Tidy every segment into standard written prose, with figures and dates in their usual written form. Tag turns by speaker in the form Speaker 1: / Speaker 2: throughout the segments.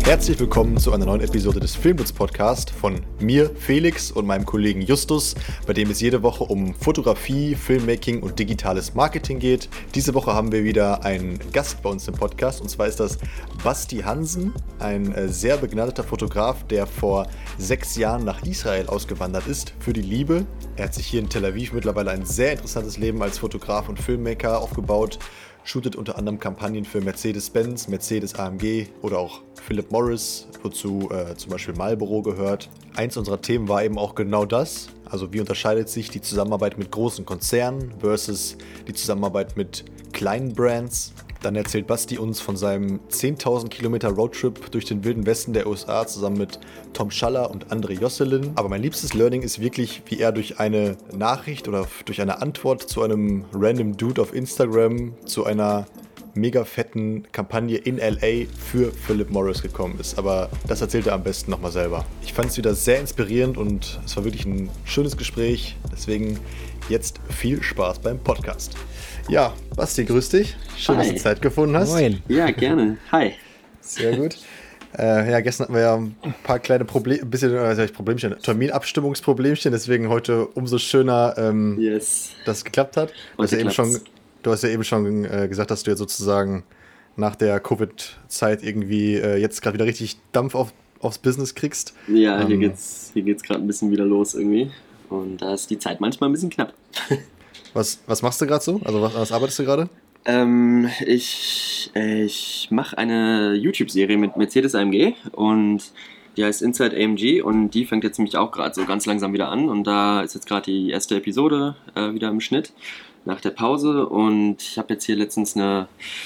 Speaker 1: Herzlich willkommen zu einer neuen Episode des Filmwitz Podcast von mir, Felix, und meinem Kollegen Justus, bei dem es jede Woche um Fotografie, Filmmaking und digitales Marketing geht. Diese Woche haben wir wieder einen Gast bei uns im Podcast, und zwar ist das Basti Hansen, ein sehr begnadeter Fotograf, der vor 6 Jahren nach Israel ausgewandert ist für die Liebe. Er hat sich hier in Tel Aviv mittlerweile ein sehr interessantes Leben als Fotograf und Filmmaker aufgebaut, shootet unter anderem Kampagnen für Mercedes-Benz, Mercedes-AMG oder auch Philip Morris, wozu zum Beispiel Marlboro gehört. Eins unserer Themen war eben auch genau das. Also wie unterscheidet sich die Zusammenarbeit mit großen Konzernen versus die Zusammenarbeit mit kleinen Brands? Dann erzählt Basti uns von seinem 10.000 Kilometer Roadtrip durch den wilden Westen der USA zusammen mit Tom Schaller und André Josselin. Aber mein liebstes Learning ist wirklich, wie er durch eine Nachricht oder durch eine Antwort zu einem random Dude auf Instagram zu einer mega fetten Kampagne in LA für Philip Morris gekommen ist. Aber das erzählt er am besten nochmal selber. Ich fand es wieder sehr inspirierend und es war wirklich ein schönes Gespräch. Deswegen jetzt viel Spaß beim Podcast. Ja, Basti, grüß dich. Schön, dass du Zeit gefunden hast.
Speaker 2: Moin. Ja, gerne. Hi.
Speaker 1: Sehr gut. Gestern hatten wir ja ein paar kleine Terminabstimmungsproblemchen, deswegen heute umso schöner, dass es geklappt hat. Du hast ja eben schon gesagt, dass du jetzt sozusagen nach der Covid-Zeit irgendwie jetzt gerade wieder richtig Dampf aufs Business kriegst.
Speaker 2: Ja, hier geht's gerade ein bisschen wieder los irgendwie. Und da ist die Zeit manchmal ein bisschen knapp.
Speaker 1: Was machst du gerade so? Also was arbeitest du gerade?
Speaker 2: Ich mache eine YouTube-Serie mit Mercedes-AMG und die heißt Inside AMG und die fängt jetzt nämlich auch gerade so ganz langsam wieder an und da ist jetzt gerade die erste Episode wieder im Schnitt nach der Pause und ich habe jetzt hier letztens ein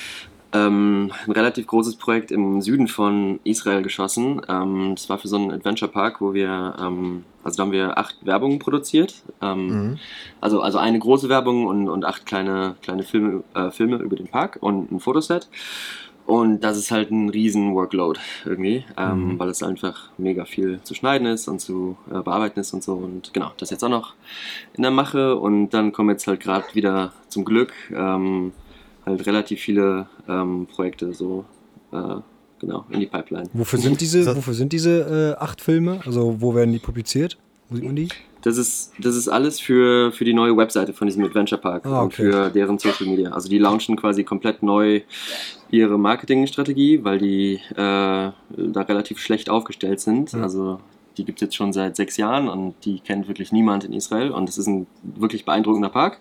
Speaker 2: relativ großes Projekt im Süden von Israel geschossen. Das war für so einen Adventure Park, wo wir, da haben wir 8 Werbungen produziert. Also eine große Werbung und 8 kleine Filme über den Park und ein Fotoset. Und das ist halt ein riesen Workload irgendwie, weil es einfach mega viel zu schneiden ist und zu bearbeiten ist und so. Und genau, das ist jetzt auch noch in der Mache. Und dann kommen jetzt halt gerade wieder zum Glück halt relativ viele Projekte so in die Pipeline.
Speaker 3: Wofür sind diese 8 Filme? Also wo werden die publiziert? Wo sieht man die?
Speaker 2: Das ist alles für die neue Webseite von diesem Adventure Park und für deren Social Media. Also die launchen quasi komplett neu ihre Marketingstrategie, weil die da relativ schlecht aufgestellt sind. Ja. Also die gibt es jetzt schon seit 6 Jahren und die kennt wirklich niemand in Israel und es ist ein wirklich beeindruckender Park.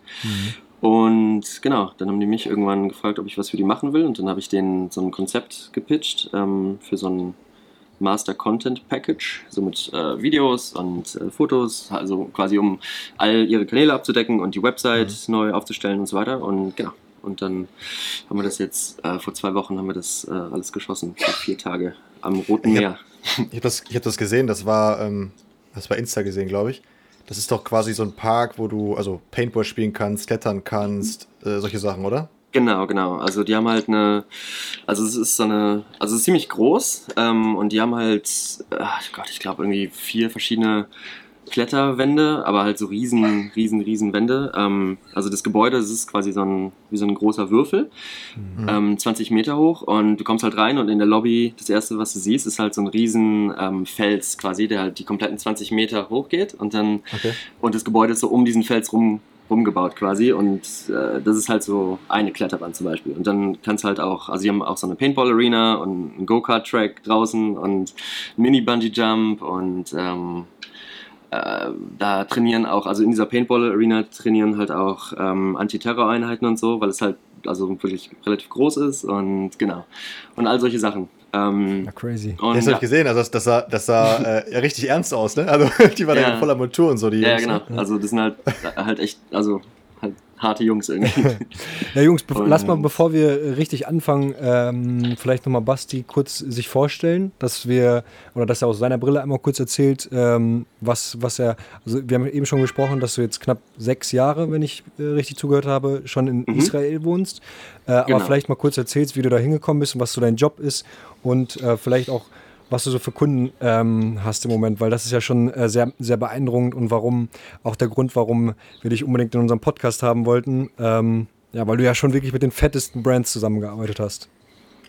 Speaker 2: Und genau, dann haben die mich irgendwann gefragt, ob ich was für die machen will und dann habe ich denen so ein Konzept gepitcht für so ein Master Content Package, so mit Videos und Fotos, also quasi um all ihre Kanäle abzudecken und die Website neu aufzustellen und so weiter und genau. Und dann haben wir das jetzt, vor 2 Wochen haben wir das alles geschossen, für 4 Tage am Roten Meer.
Speaker 1: Ich hab das gesehen, das war bei Insta gesehen, glaube ich. Das ist doch quasi so ein Park, wo du also Paintball spielen kannst, klettern kannst, solche Sachen, oder?
Speaker 2: Genau. Also die haben halt es ist ziemlich groß und die haben halt, ich glaube irgendwie 4 verschiedene Kletterwände, aber halt so riesen Wände. Also das Gebäude, das ist quasi wie so ein großer Würfel, 20 Meter hoch und du kommst halt rein und in der Lobby, das erste, was du siehst, ist halt so ein riesen Fels quasi, der halt die kompletten 20 Meter hoch geht und dann und das Gebäude ist so um diesen Fels rumgebaut quasi und das ist halt so eine Kletterbahn zum Beispiel und dann kannst halt auch, also die haben auch so eine Paintball-Arena und einen Go-Kart-Track draußen und Mini-Bungee-Jump und da trainieren auch, also in dieser Paintball-Arena trainieren halt auch Antiterror-Einheiten und so, weil es halt also wirklich relativ groß ist und genau. Und all solche Sachen.
Speaker 3: Crazy.
Speaker 1: Und das habe ich gesehen, also das sah ja richtig ernst aus, ne? Also die waren ja voller Montur und so, die Jungs.
Speaker 2: Ja, genau. Also das sind halt echt, also halt harte Jungs irgendwie.
Speaker 3: Ja, Jungs, lass mal, bevor wir richtig anfangen, vielleicht nochmal Basti kurz sich vorstellen, dass er aus seiner Brille einmal kurz erzählt, was er, also wir haben eben schon gesprochen, dass du jetzt knapp 6 Jahre, wenn ich richtig zugehört habe, schon in Israel wohnst, aber vielleicht mal kurz erzählst, wie du da hingekommen bist und was so dein Job ist und vielleicht auch, was du so für Kunden hast im Moment, weil das ist ja schon sehr, sehr beeindruckend und auch der Grund, warum wir dich unbedingt in unserem Podcast haben wollten, weil du ja schon wirklich mit den fettesten Brands zusammengearbeitet hast.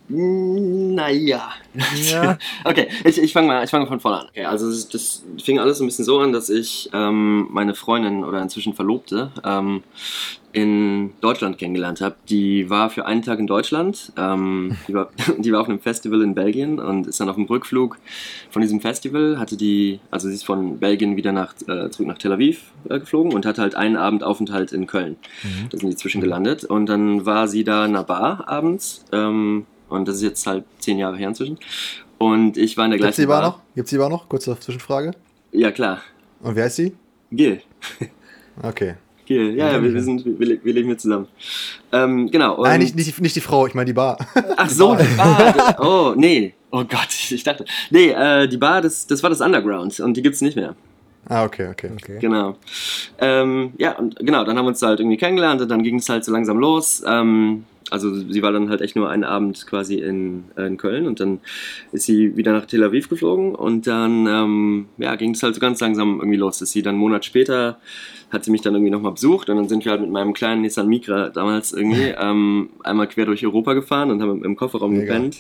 Speaker 2: Naja. Ja. Okay, ich fange von vorne an. Okay, also das fing alles ein bisschen so an, dass ich meine Freundin oder inzwischen Verlobte in Deutschland kennengelernt habe. Die war für einen Tag in Deutschland, die war auf einem Festival in Belgien und ist dann auf dem Rückflug von diesem Festival, sie ist von Belgien wieder zurück nach Tel Aviv geflogen und hatte halt einen Abendaufenthalt in Köln. Da sind die zwischengelandet und dann war sie da in einer Bar abends, und das ist jetzt halt 10 Jahre her inzwischen. Und ich war in der gleichen Bar.
Speaker 1: Gibt's die Bar noch? Kurze Zwischenfrage.
Speaker 2: Ja, klar.
Speaker 1: Und wer heißt sie?
Speaker 2: Gil.
Speaker 1: Okay.
Speaker 2: Gil, ja, wir leben hier zusammen. Genau. Und
Speaker 1: nein, nicht die Frau, ich meine die Bar.
Speaker 2: Ach so, die Bar. Oh, nee. Oh Gott, ich dachte. Nee, die Bar, das war das Underground und die gibt's nicht mehr.
Speaker 1: Ah, okay.
Speaker 2: Genau. Ja, und genau, dann haben wir uns halt irgendwie kennengelernt und dann ging es halt so langsam los. Also sie war dann halt echt nur einen Abend quasi in Köln und dann ist sie wieder nach Tel Aviv geflogen und dann ging es halt so ganz langsam irgendwie los, dass sie dann einen Monat später hat sie mich dann irgendwie nochmal besucht und dann sind wir halt mit meinem kleinen Nissan Micra damals irgendwie einmal quer durch Europa gefahren und haben im Kofferraum gepennt.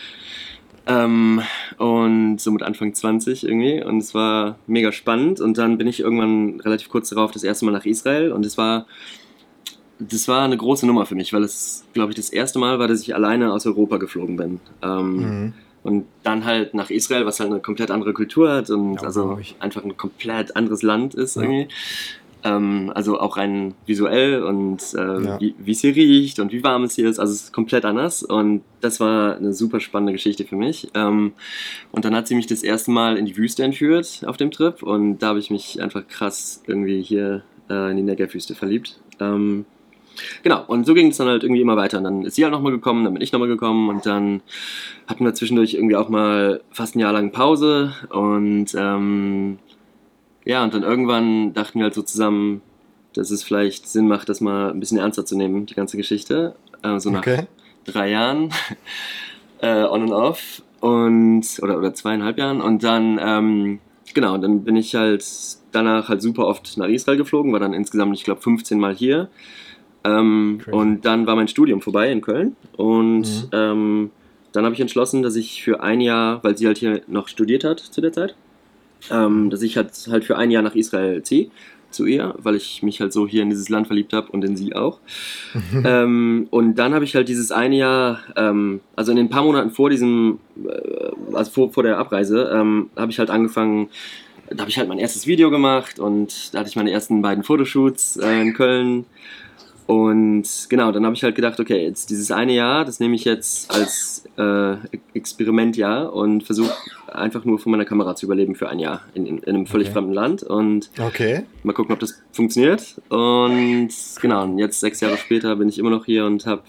Speaker 2: Und so mit Anfang 20 irgendwie und es war mega spannend und dann bin ich irgendwann relativ kurz darauf das erste Mal nach Israel und das war eine große Nummer für mich, weil es, glaube ich, das erste Mal war, dass ich alleine aus Europa geflogen bin. Und dann halt nach Israel, was halt eine komplett andere Kultur hat und einfach ein komplett anderes Land ist irgendwie. Also auch rein visuell und wie es hier riecht und wie warm es hier ist. Also es ist komplett anders und das war eine super spannende Geschichte für mich. Und dann hat sie mich das erste Mal in die Wüste entführt auf dem Trip und da habe ich mich einfach krass irgendwie hier in die Negev-Wüste verliebt. Genau, und so ging es dann halt irgendwie immer weiter. Und dann ist sie halt nochmal gekommen, dann bin ich nochmal gekommen und dann hatten wir zwischendurch irgendwie auch mal fast ein Jahr lang Pause und und dann irgendwann dachten wir halt so zusammen, dass es vielleicht Sinn macht, das mal ein bisschen ernster zu nehmen, die ganze Geschichte. So nach 3 Jahren on and off oder 2,5 Jahren und dann, dann bin ich halt danach halt super oft nach Israel geflogen, war dann insgesamt, ich glaube, 15 Mal hier. Und dann war mein Studium vorbei in Köln und dann habe ich entschlossen, dass ich für ein Jahr, weil sie halt hier noch studiert hat zu der Zeit, dass ich halt für ein Jahr nach Israel ziehe zu ihr, weil ich mich halt so hier in dieses Land verliebt habe und in sie auch. Und dann habe ich halt dieses eine Jahr, also in den paar Monaten vor diesem, vor der Abreise, habe ich halt angefangen, da habe ich halt mein erstes Video gemacht und da hatte ich meine ersten beiden Fotoshoots in Köln. Und genau, dann habe ich halt gedacht, okay, jetzt dieses eine Jahr, das nehme ich jetzt als Experimentjahr und versuche einfach nur von meiner Kamera zu überleben für ein Jahr in einem völlig fremden Land und mal gucken, ob das funktioniert. Und genau, und jetzt 6 Jahre später bin ich immer noch hier und habe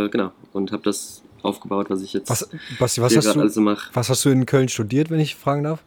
Speaker 2: das aufgebaut, was ich jetzt
Speaker 3: Basti, alles so mache. Was hast du in Köln studiert, wenn ich fragen darf?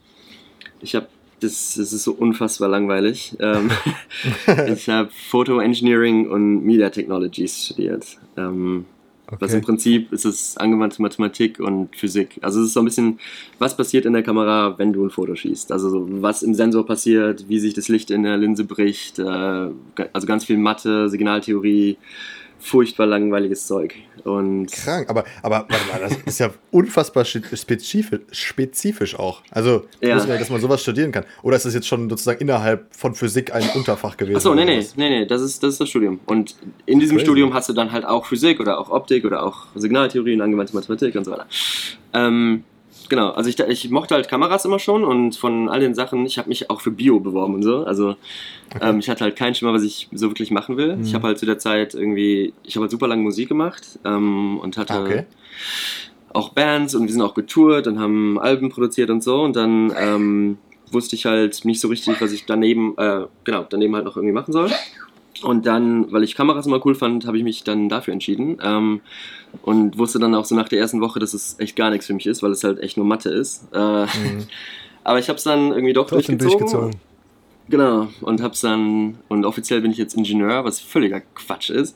Speaker 2: Das ist so unfassbar langweilig. Ich habe Photo Engineering und Media Technologies studiert. Was im Prinzip ist es angewandte Mathematik und Physik. Also es ist so ein bisschen, was passiert in der Kamera, wenn du ein Foto schießt. Also was im Sensor passiert, wie sich das Licht in der Linse bricht. Also ganz viel Mathe, Signaltheorie, furchtbar langweiliges Zeug. Und
Speaker 1: krank, aber warte mal, das ist ja unfassbar spezifisch auch. Also, ich wusste gar nicht, dass man sowas studieren kann. Oder ist das jetzt schon sozusagen innerhalb von Physik ein Unterfach gewesen?
Speaker 2: Achso, nee, das ist das Studium. Und in diesem Studium hast du dann halt auch Physik oder auch Optik oder auch Signaltheorie und angewandte Mathematik und so weiter. Genau, also ich mochte halt Kameras immer schon und von all den Sachen, ich habe mich auch für Bio beworben und so, also ich hatte halt keinen Schimmer, was ich so wirklich machen will. Ich habe halt zu der Zeit ich habe halt super lange Musik gemacht und hatte auch Bands und wir sind auch getourt und haben Alben produziert und so und dann wusste ich halt nicht so richtig, was ich daneben halt noch irgendwie machen soll. Und dann, weil ich Kameras immer cool fand, habe ich mich dann dafür entschieden und wusste dann auch so nach der ersten Woche, dass es echt gar nichts für mich ist, weil es halt echt nur Mathe ist. Aber ich habe es dann irgendwie doch durchgezogen. Genau, und hab's dann, und offiziell bin ich jetzt Ingenieur, was völliger Quatsch ist.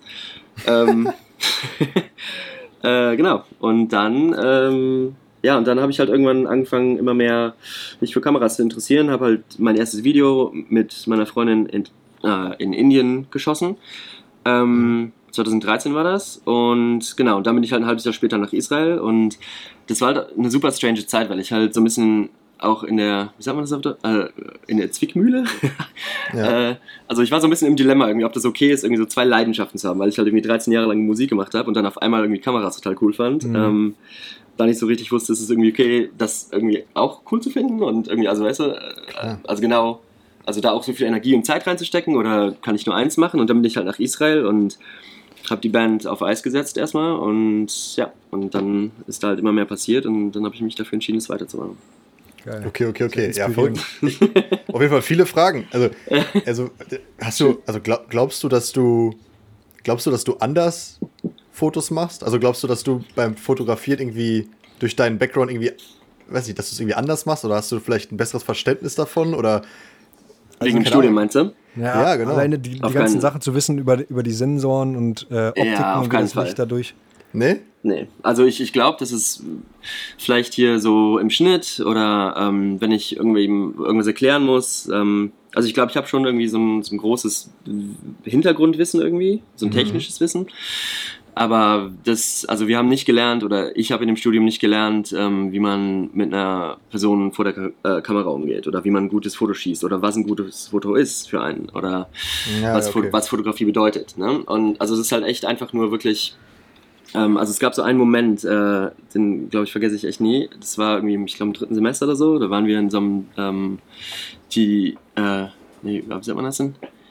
Speaker 2: Genau, und dann habe ich halt irgendwann angefangen, immer mehr mich für Kameras zu interessieren, habe halt mein erstes Video mit meiner Freundin in Indien geschossen. 2013 war das. Und genau, dann bin ich halt ein halbes Jahr später nach Israel. Und das war halt eine super strange Zeit, weil ich halt so ein bisschen auch in der, wie sagt man das auf der, in der Zwickmühle. Ja. Also ich war so ein bisschen im Dilemma irgendwie, ob das okay ist, irgendwie so zwei Leidenschaften zu haben, weil ich halt irgendwie 13 Jahre lang Musik gemacht habe und dann auf einmal irgendwie Kameras total cool fand. Da nicht so richtig wusste, ist es irgendwie okay, das irgendwie auch cool zu finden und irgendwie, also weißt du, also genau, also da auch so viel Energie und Zeit reinzustecken oder kann ich nur eins machen? Und dann bin ich halt nach Israel und habe die Band auf Eis gesetzt erstmal und ja, und dann ist da halt immer mehr passiert und dann habe ich mich dafür entschieden, es weiterzumachen.
Speaker 1: Geil. Okay. Ja, folgend. Auf jeden Fall viele Fragen. Also hast du, also glaubst du, dass du anders Fotos machst? Also glaubst du, dass du beim Fotografieren irgendwie durch deinen Background irgendwie, weiß nicht, dass du es irgendwie anders machst oder hast du vielleicht ein besseres Verständnis davon oder
Speaker 2: wegen dem Studium meinst du?
Speaker 3: Ja, genau. Alleine die ganzen Sachen zu wissen über die Sensoren und Optiken und wie das Licht dadurch.
Speaker 1: Nee?
Speaker 2: Nee. Also ich glaube, das ist vielleicht hier so im Schnitt oder wenn ich irgendwas erklären muss. Also ich glaube, ich habe schon irgendwie so ein großes Hintergrundwissen irgendwie, so ein technisches Wissen. Aber also wir haben nicht gelernt oder ich habe in dem Studium nicht gelernt, wie man mit einer Person vor der Kamera umgeht oder wie man ein gutes Foto schießt oder was ein gutes Foto ist für einen oder was Fotografie bedeutet. Ne? Und also es ist halt echt einfach nur wirklich, also es gab so einen Moment, den glaube ich vergesse ich echt nie, das war irgendwie, ich glaube im 3. Semester oder so, da waren wir in so einem, wie sagt man das denn?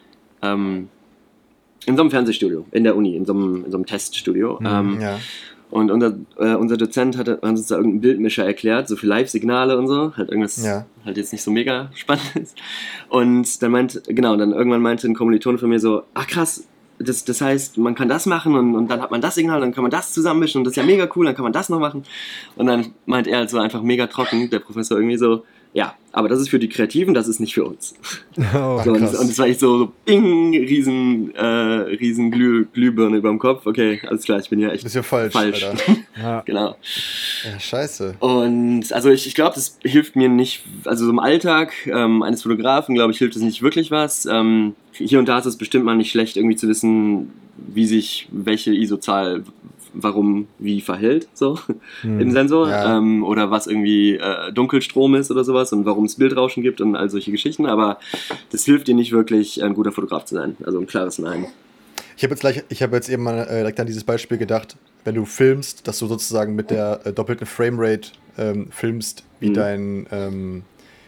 Speaker 2: In so einem Fernsehstudio, in der Uni, in so einem Teststudio. Und unser Dozent hat uns da irgendeinen Bildmischer erklärt, so für Live-Signale und so, halt irgendwas halt jetzt nicht so mega spannend ist. Und dann irgendwann meinte ein Kommilitone von mir so, ach krass, das heißt, man kann das machen und dann hat man das Signal, dann kann man das zusammenmischen und das ist ja mega cool, dann kann man das noch machen. Und dann meint er halt so einfach mega trocken, der Professor irgendwie so, ja, aber das ist für die Kreativen, das ist nicht für uns.
Speaker 1: Oh,
Speaker 2: so, und es war echt so bing, riesen Glühbirne über dem Kopf. Okay, alles klar, ich bin ja echt
Speaker 1: das ist ja falsch. Alter.
Speaker 2: Ja. Genau.
Speaker 1: Ja, scheiße.
Speaker 2: Und also ich glaube, das hilft mir nicht, also so im Alltag eines Fotografen, glaube ich, hilft das nicht wirklich was. Hier und da ist es bestimmt mal nicht schlecht, irgendwie zu wissen, wie sich welche ISO-Zahl warum wie verhält so im Sensor oder was irgendwie Dunkelstrom ist oder sowas und warum es Bildrauschen gibt und all solche Geschichten, aber das hilft dir nicht wirklich, ein guter Fotograf zu sein, also ein klares Nein.
Speaker 1: Ich habe jetzt eben mal direkt an dieses Beispiel gedacht, wenn du filmst, dass du sozusagen mit der doppelten Framerate filmst, wie deine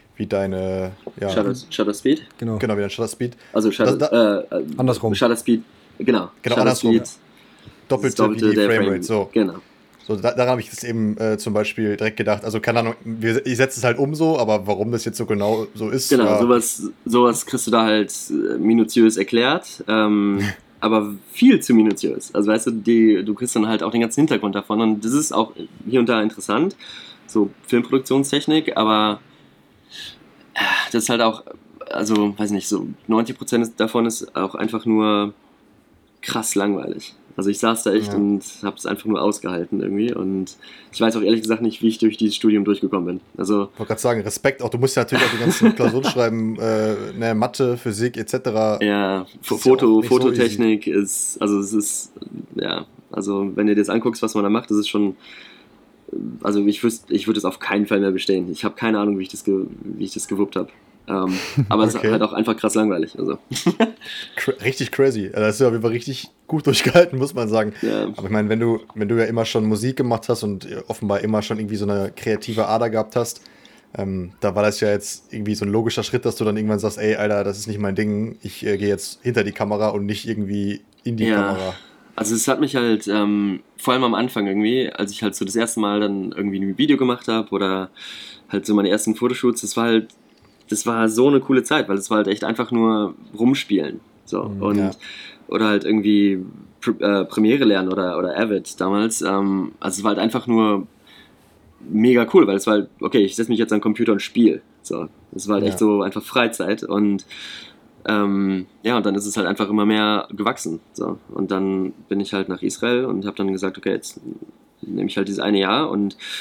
Speaker 2: Shutter Speed?
Speaker 1: Genau, wie dein Shutter Speed.
Speaker 2: Also
Speaker 3: andersrum.
Speaker 2: Shutter Speed, genau
Speaker 1: andersrum.
Speaker 2: Speed,
Speaker 1: Doppelte wie die Framerate, so.
Speaker 2: Genau.
Speaker 1: So, daran habe ich das eben zum Beispiel direkt gedacht. Also, keine Ahnung, ich setze es halt um so, aber warum das jetzt so genau so ist.
Speaker 2: Genau, sowas kriegst du da halt minutiös erklärt, aber viel zu minutiös. Also, weißt du, du kriegst dann halt auch den ganzen Hintergrund davon und das ist auch hier und da interessant, so Filmproduktionstechnik, aber das ist halt auch, also, weiß nicht, so 90% davon ist auch einfach nur krass langweilig. Also ich saß da echt und habe es einfach nur ausgehalten irgendwie und ich weiß auch ehrlich gesagt nicht, wie ich durch dieses Studium durchgekommen bin. Also
Speaker 1: ich wollte gerade sagen, Respekt auch, du musst ja natürlich auch die ganzen Klausuren schreiben, Mathe, Physik etc.
Speaker 2: Ja, Fototechnik so ist, also es ist, ja, also wenn du dir das anguckst, was man da macht, das ist schon, also ich würde es auf keinen Fall mehr bestehen. Ich habe keine Ahnung, wie ich das gewuppt habe. Aber es ist halt auch einfach krass langweilig. Also.
Speaker 1: Richtig crazy. Das ist ja auf jeden Fall richtig gut durchgehalten, muss man sagen. Ja. Aber ich meine, wenn du ja immer schon Musik gemacht hast und offenbar immer schon irgendwie so eine kreative Ader gehabt hast, da war das ja jetzt irgendwie so ein logischer Schritt, dass du dann irgendwann sagst, ey, Alter, das ist nicht mein Ding, ich gehe jetzt hinter die Kamera und nicht irgendwie in die Kamera.
Speaker 2: Also es hat mich halt, vor allem am Anfang irgendwie, als ich halt so das erste Mal dann irgendwie ein Video gemacht habe oder halt so meine ersten Fotoshoots, das war so eine coole Zeit, weil es war halt echt einfach nur rumspielen. So. Und oder halt irgendwie Premiere lernen oder Avid damals. Also es war halt einfach nur mega cool, weil es war halt, okay, ich setze mich jetzt an den Computer und spiele. So. Das war halt echt so einfach Freizeit und und dann ist es halt einfach immer mehr gewachsen. So. Und dann bin ich halt nach Israel und habe dann gesagt, okay, jetzt nehme ich halt dieses eine Jahr und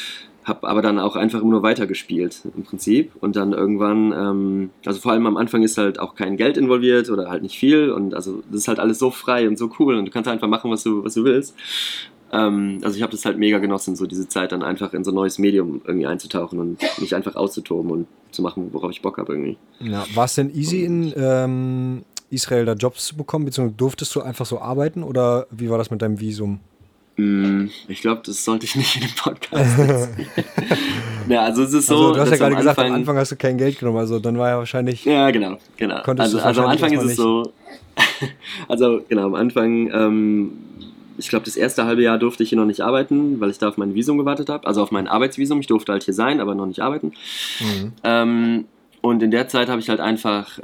Speaker 2: habe aber dann auch einfach immer nur weitergespielt im Prinzip und dann irgendwann, also vor allem am Anfang ist halt auch kein Geld involviert oder halt nicht viel und also das ist halt alles so frei und so cool und du kannst einfach machen, was du willst. Also ich habe das halt mega genossen, so diese Zeit dann einfach in so ein neues Medium irgendwie einzutauchen und mich einfach auszutoben und zu machen, worauf ich Bock habe irgendwie.
Speaker 3: Ja, war es denn easy in Israel da Jobs zu bekommen, beziehungsweise durftest du einfach so arbeiten oder wie war das mit deinem Visum?
Speaker 2: Ich glaube, das sollte ich nicht in dem Podcast erzählen. Ja, also es ist so,
Speaker 3: also, du hast ja gerade gesagt, am Anfang hast du kein Geld genommen, also dann war ja wahrscheinlich...
Speaker 2: Ja, genau. Also am Anfang ist es so, also genau, am Anfang, ich glaube, das erste halbe Jahr durfte ich hier noch nicht arbeiten, weil ich da auf mein Visum gewartet habe, also auf mein Arbeitsvisum, ich durfte halt hier sein, aber noch nicht arbeiten. Und in der Zeit habe ich halt einfach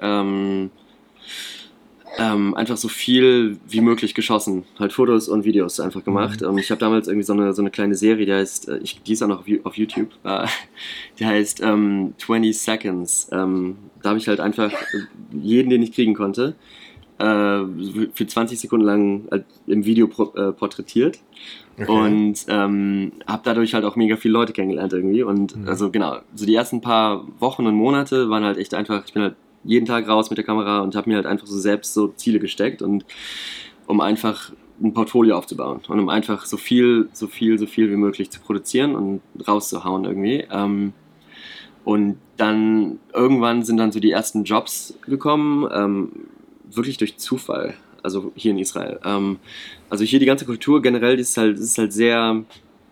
Speaker 2: so viel wie möglich geschossen. Halt Fotos und Videos einfach gemacht. Ich habe damals irgendwie so eine kleine Serie, die heißt, die ist auch noch auf YouTube, die heißt 20 Seconds. Da habe ich halt einfach jeden, den ich kriegen konnte, für 20 Sekunden lang im Video porträtiert. Okay. Und habe dadurch halt auch mega viele Leute kennengelernt irgendwie. Und also genau, so die ersten paar Wochen und Monate waren halt echt einfach, ich bin halt jeden Tag raus mit der Kamera und habe mir halt einfach so selbst so Ziele gesteckt und um einfach ein Portfolio aufzubauen und um einfach so viel wie möglich zu produzieren und rauszuhauen irgendwie. Und dann irgendwann sind dann so die ersten Jobs gekommen, wirklich durch Zufall, also hier in Israel. Also hier die ganze Kultur generell, die ist halt sehr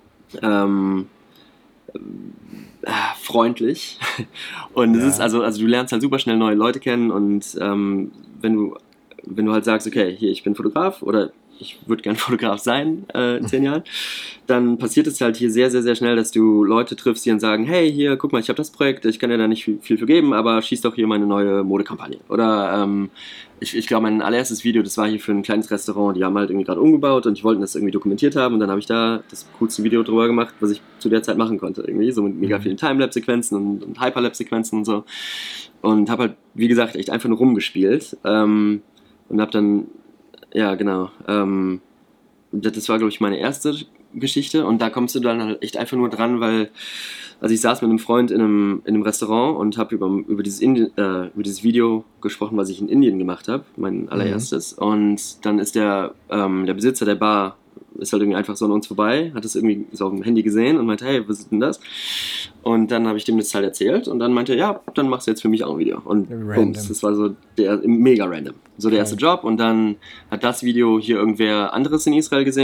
Speaker 2: freundlich und es ist also du lernst halt super schnell neue Leute kennen und wenn du halt sagst, okay, hier, ich bin Fotograf oder ich würde gern Fotograf sein in 10 Jahren, dann passiert es halt hier sehr, sehr, sehr schnell, dass du Leute triffst, die dann sagen, hey, hier, guck mal, ich habe das Projekt, ich kann dir da nicht viel für geben, aber schieß doch hier meine neue Modekampagne. Oder ich glaube, mein allererstes Video, das war hier für ein kleines Restaurant, die haben halt irgendwie gerade umgebaut und die wollten das irgendwie dokumentiert haben und dann habe ich da das coolste Video drüber gemacht, was ich zu der Zeit machen konnte irgendwie, so mit mega vielen Timelapse-Sequenzen und Hyperlapse-Sequenzen und so und habe halt, wie gesagt, echt einfach nur rumgespielt und habe dann, ja genau, das war, glaube ich, meine erste Geschichte und da kommst du dann halt echt einfach nur dran, weil also ich saß mit einem Freund in einem Restaurant und habe über dieses Video gesprochen, was ich in Indien gemacht habe, mein allererstes. Und dann ist der Besitzer der Bar ist halt irgendwie einfach so an uns vorbei, hat es irgendwie so auf dem Handy gesehen und meinte, hey, was ist denn das? Und dann habe ich dem das halt erzählt und dann meinte er, ja, dann machst du jetzt für mich auch ein Video. Und bums, das war so mega random. So der erste Job und dann hat das Video hier irgendwer anderes in Israel gesehen,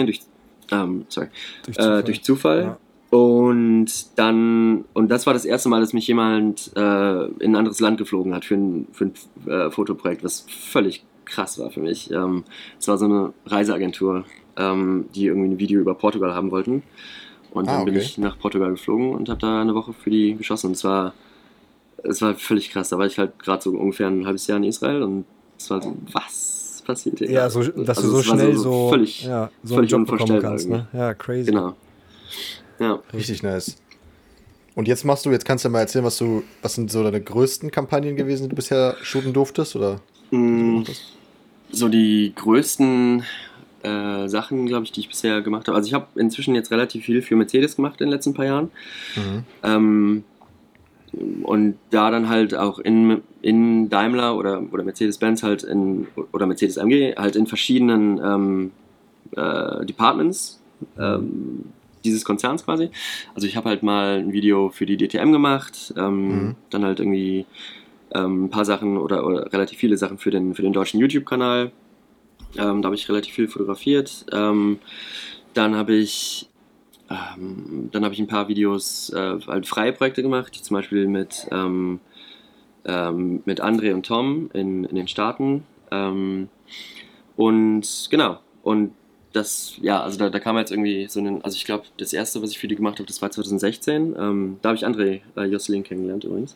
Speaker 2: durch Zufall. Ja. Und das war das erste Mal, dass mich jemand in ein anderes Land geflogen hat für ein Fotoprojekt, was völlig krass war für mich. Es war so eine Reiseagentur, die irgendwie ein Video über Portugal haben wollten. Und dann bin ich nach Portugal geflogen und habe da eine Woche für die geschossen. Und es war völlig krass. Da war ich halt gerade so ungefähr ein halbes Jahr in Israel und es war so, was passiert hier?
Speaker 3: Ja, dass du so schnell so
Speaker 2: völlig
Speaker 3: einen Job bekommen kannst. Ne? Ja, crazy.
Speaker 2: Genau. Ja.
Speaker 1: Richtig nice. Und jetzt kannst du mal erzählen, was sind so deine größten Kampagnen gewesen, die du bisher shooten durftest? Oder?
Speaker 2: So die größten Sachen, glaube ich, die ich bisher gemacht habe. Also ich habe inzwischen jetzt relativ viel für Mercedes gemacht in den letzten paar Jahren. Und da dann halt auch in Daimler oder Mercedes-Benz halt oder Mercedes-AMG halt in verschiedenen Departments dieses Konzerns quasi. Also ich habe halt mal ein Video für die DTM gemacht, dann halt irgendwie ein paar Sachen oder relativ viele Sachen für den deutschen YouTube-Kanal. Da habe ich relativ viel fotografiert. Dann habe ich ein paar Videos, halt freie Projekte gemacht, zum Beispiel mit André und Tom in den Staaten. Und genau, und das, ja, also da kam jetzt irgendwie also ich glaube, das erste, was ich für die gemacht habe, das war 2016. Da habe ich André Josselin kennengelernt übrigens.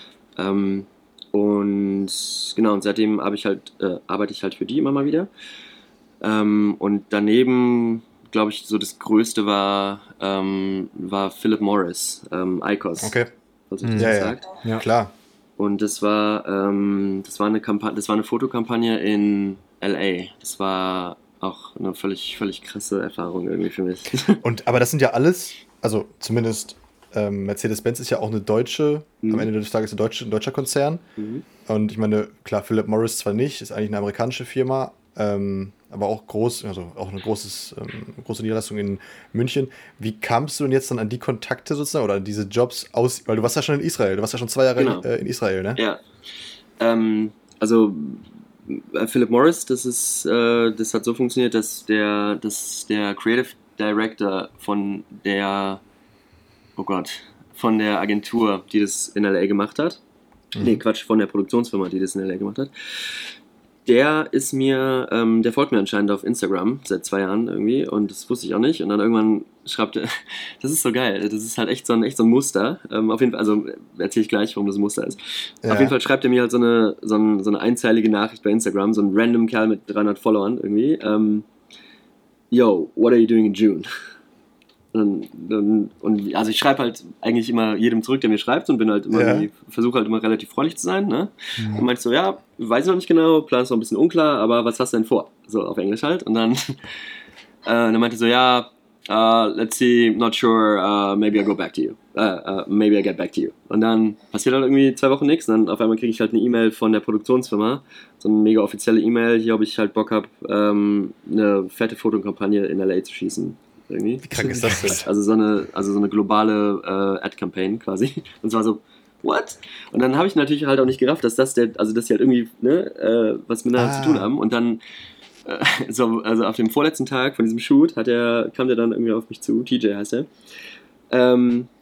Speaker 2: Und genau, und seitdem arbeite ich halt für die immer mal wieder. Und daneben, glaube ich, so das Größte war Philip Morris, IQOS.
Speaker 1: Okay.
Speaker 2: Was ich das sagt.
Speaker 1: Ja, klar.
Speaker 2: Und das war eine Fotokampagne in LA. Das war auch eine völlig krasse Erfahrung irgendwie für mich.
Speaker 1: Aber das sind ja alles, also zumindest Mercedes-Benz ist ja auch eine deutsche, am Ende des Tages ein deutscher Konzern. Und ich meine, klar, Philip Morris zwar nicht, ist eigentlich eine amerikanische Firma, aber auch groß, also auch eine große Niederlassung in München. Wie kamst du denn jetzt dann an die Kontakte sozusagen oder an diese Jobs aus, weil du warst ja schon in Israel, du warst ja schon 2 Jahre in Israel, ne?
Speaker 2: Ja, also Philip Morris, das hat so funktioniert, dass der Creative Director von der Agentur, die das in LA gemacht hat, von der Produktionsfirma, die das in LA gemacht hat, der folgt mir anscheinend auf Instagram seit 2 Jahren irgendwie und das wusste ich auch nicht und dann irgendwann schreibt er, das ist so geil, das ist halt echt so ein Muster, auf jeden Fall, also erzähle ich gleich, warum das ein Muster ist. Ja. Auf jeden Fall schreibt er mir halt so eine einzeilige Nachricht bei Instagram, so ein random Kerl mit 300 Followern irgendwie, yo, what are you doing in June? Und also ich schreibe halt eigentlich immer jedem zurück, der mir schreibt und bin halt immer versuche halt immer relativ freundlich zu sein, ne? Und meinte so, ja, weiß ich noch nicht genau, Plan ist noch ein bisschen unklar, aber was hast du denn vor? So auf Englisch halt. Und dann meinte so, ja, let's see, not sure, maybe I'll go back to you. Maybe I'll get back to you. Und dann passiert halt irgendwie 2 Wochen nichts und dann auf einmal kriege ich halt eine E-Mail von der Produktionsfirma, so eine mega offizielle E-Mail, hier ob ich halt Bock habe, eine fette Fotokampagne in LA zu schießen. Irgendwie.
Speaker 1: Wie krank ist das denn?
Speaker 2: Also so eine globale Ad-Campaign quasi. Und zwar so, what? Und dann habe ich natürlich halt auch nicht gerafft, dass dass die halt irgendwie was miteinander zu tun haben. Und dann, also auf dem vorletzten Tag von diesem Shoot kam der dann irgendwie auf mich zu, TJ heißt er.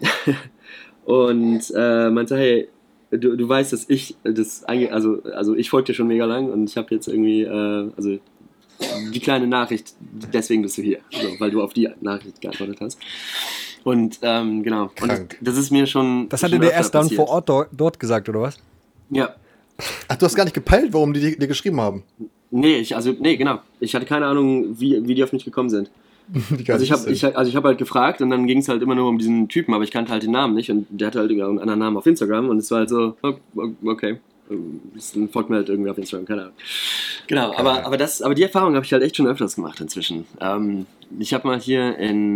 Speaker 2: Und meinte, hey, du weißt, dass ich ich folge dir schon mega lang und ich habe jetzt irgendwie, die kleine Nachricht, deswegen bist du hier, also, weil du auf die Nachricht geantwortet hast. Und genau, und das ist mir schon.
Speaker 3: Das hat er dir erst dann vor Ort dort gesagt, oder was?
Speaker 2: Ja.
Speaker 1: Ach, du hast gar nicht gepeilt, warum die dir geschrieben haben?
Speaker 2: Nee, genau. Ich hatte keine Ahnung, wie die auf mich gekommen sind. Also ich hab halt gefragt und dann ging es halt immer nur um diesen Typen, aber ich kannte halt den Namen nicht und der hatte halt einen anderen Namen auf Instagram und es war halt so, okay. Dann folgt mir halt irgendwie auf Instagram, keine Ahnung. Genau, aber die Erfahrung habe ich halt echt schon öfters gemacht inzwischen. Ich habe mal hier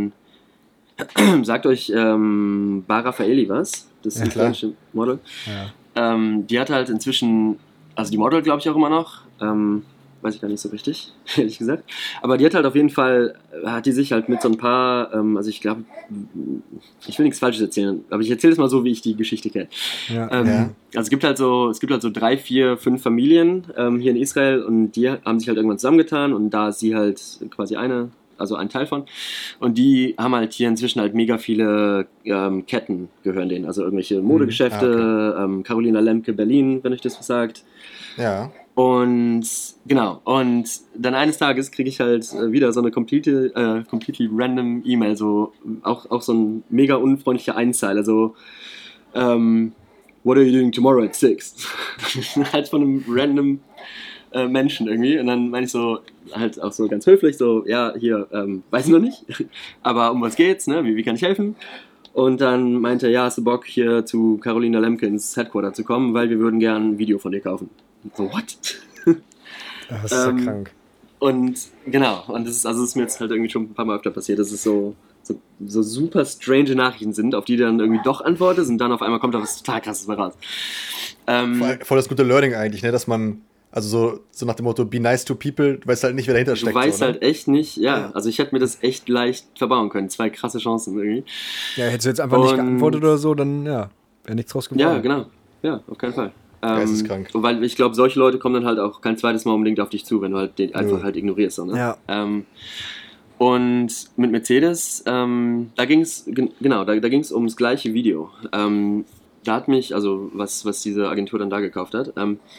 Speaker 2: sagt euch Bara Raffaeli was? Das ist ein italienisches Model. Ja. Die hat halt inzwischen, also die Model glaube ich auch immer noch, weiß ich gar nicht so richtig, ehrlich gesagt. Aber die hat halt auf jeden Fall, hat die sich halt mit so ein paar, also ich glaube, ich will nichts Falsches erzählen, aber ich erzähle es mal so, wie ich die Geschichte kenne. Ja. Also es gibt halt so 3, 4, 5 Familien hier in Israel und die haben sich halt irgendwann zusammengetan und da ist sie halt quasi ein Teil von. Und die haben halt hier inzwischen halt mega viele Ketten gehören denen, also irgendwelche Modegeschäfte, Carolina Lemke Berlin, wenn euch das was sagt.
Speaker 1: Ja.
Speaker 2: Und genau, und dann eines Tages kriege ich halt wieder so eine completely random E-Mail, so auch so ein mega unfreundlicher Einzeiler, so what are you doing tomorrow at 6? Halt von einem random Menschen irgendwie. Und dann meine ich so, halt auch so ganz höflich, so, ja, hier, weiß ich noch nicht, aber um was geht's, ne? Wie kann ich helfen? Und dann meinte er, ja, hast du Bock hier zu Carolina Lemke ins Headquarter zu kommen, weil wir würden gern ein Video von dir kaufen. So, what?
Speaker 3: Das ist ja krank.
Speaker 2: Und genau, und das ist mir jetzt halt irgendwie schon ein paar Mal öfter passiert, dass es so super strange Nachrichten sind, auf die du dann irgendwie doch antwortest und dann auf einmal kommt da was total Krasses bei raus.
Speaker 1: Voll das gute Learning eigentlich, ne, dass man, also so nach dem Motto, be nice to people, du weißt halt nicht, wer dahinter steckt.
Speaker 2: Du weißt so, halt echt nicht, also ich hätte mir das echt leicht verbauen können, 2 krasse Chancen irgendwie.
Speaker 3: Ja, hättest du jetzt einfach nicht geantwortet oder so, dann wäre nichts draus geworden.
Speaker 2: Ja, genau, ja, auf keinen Fall.
Speaker 1: Geisteskrank.
Speaker 2: Weil ich glaube, solche Leute kommen dann halt auch kein zweites Mal unbedingt auf dich zu, wenn du halt den einfach halt ignorierst. So, ne?
Speaker 3: Ja.
Speaker 2: Und mit Mercedes, da ging es ums gleiche Video. Da hat mich, also was diese Agentur dann da gekauft hat,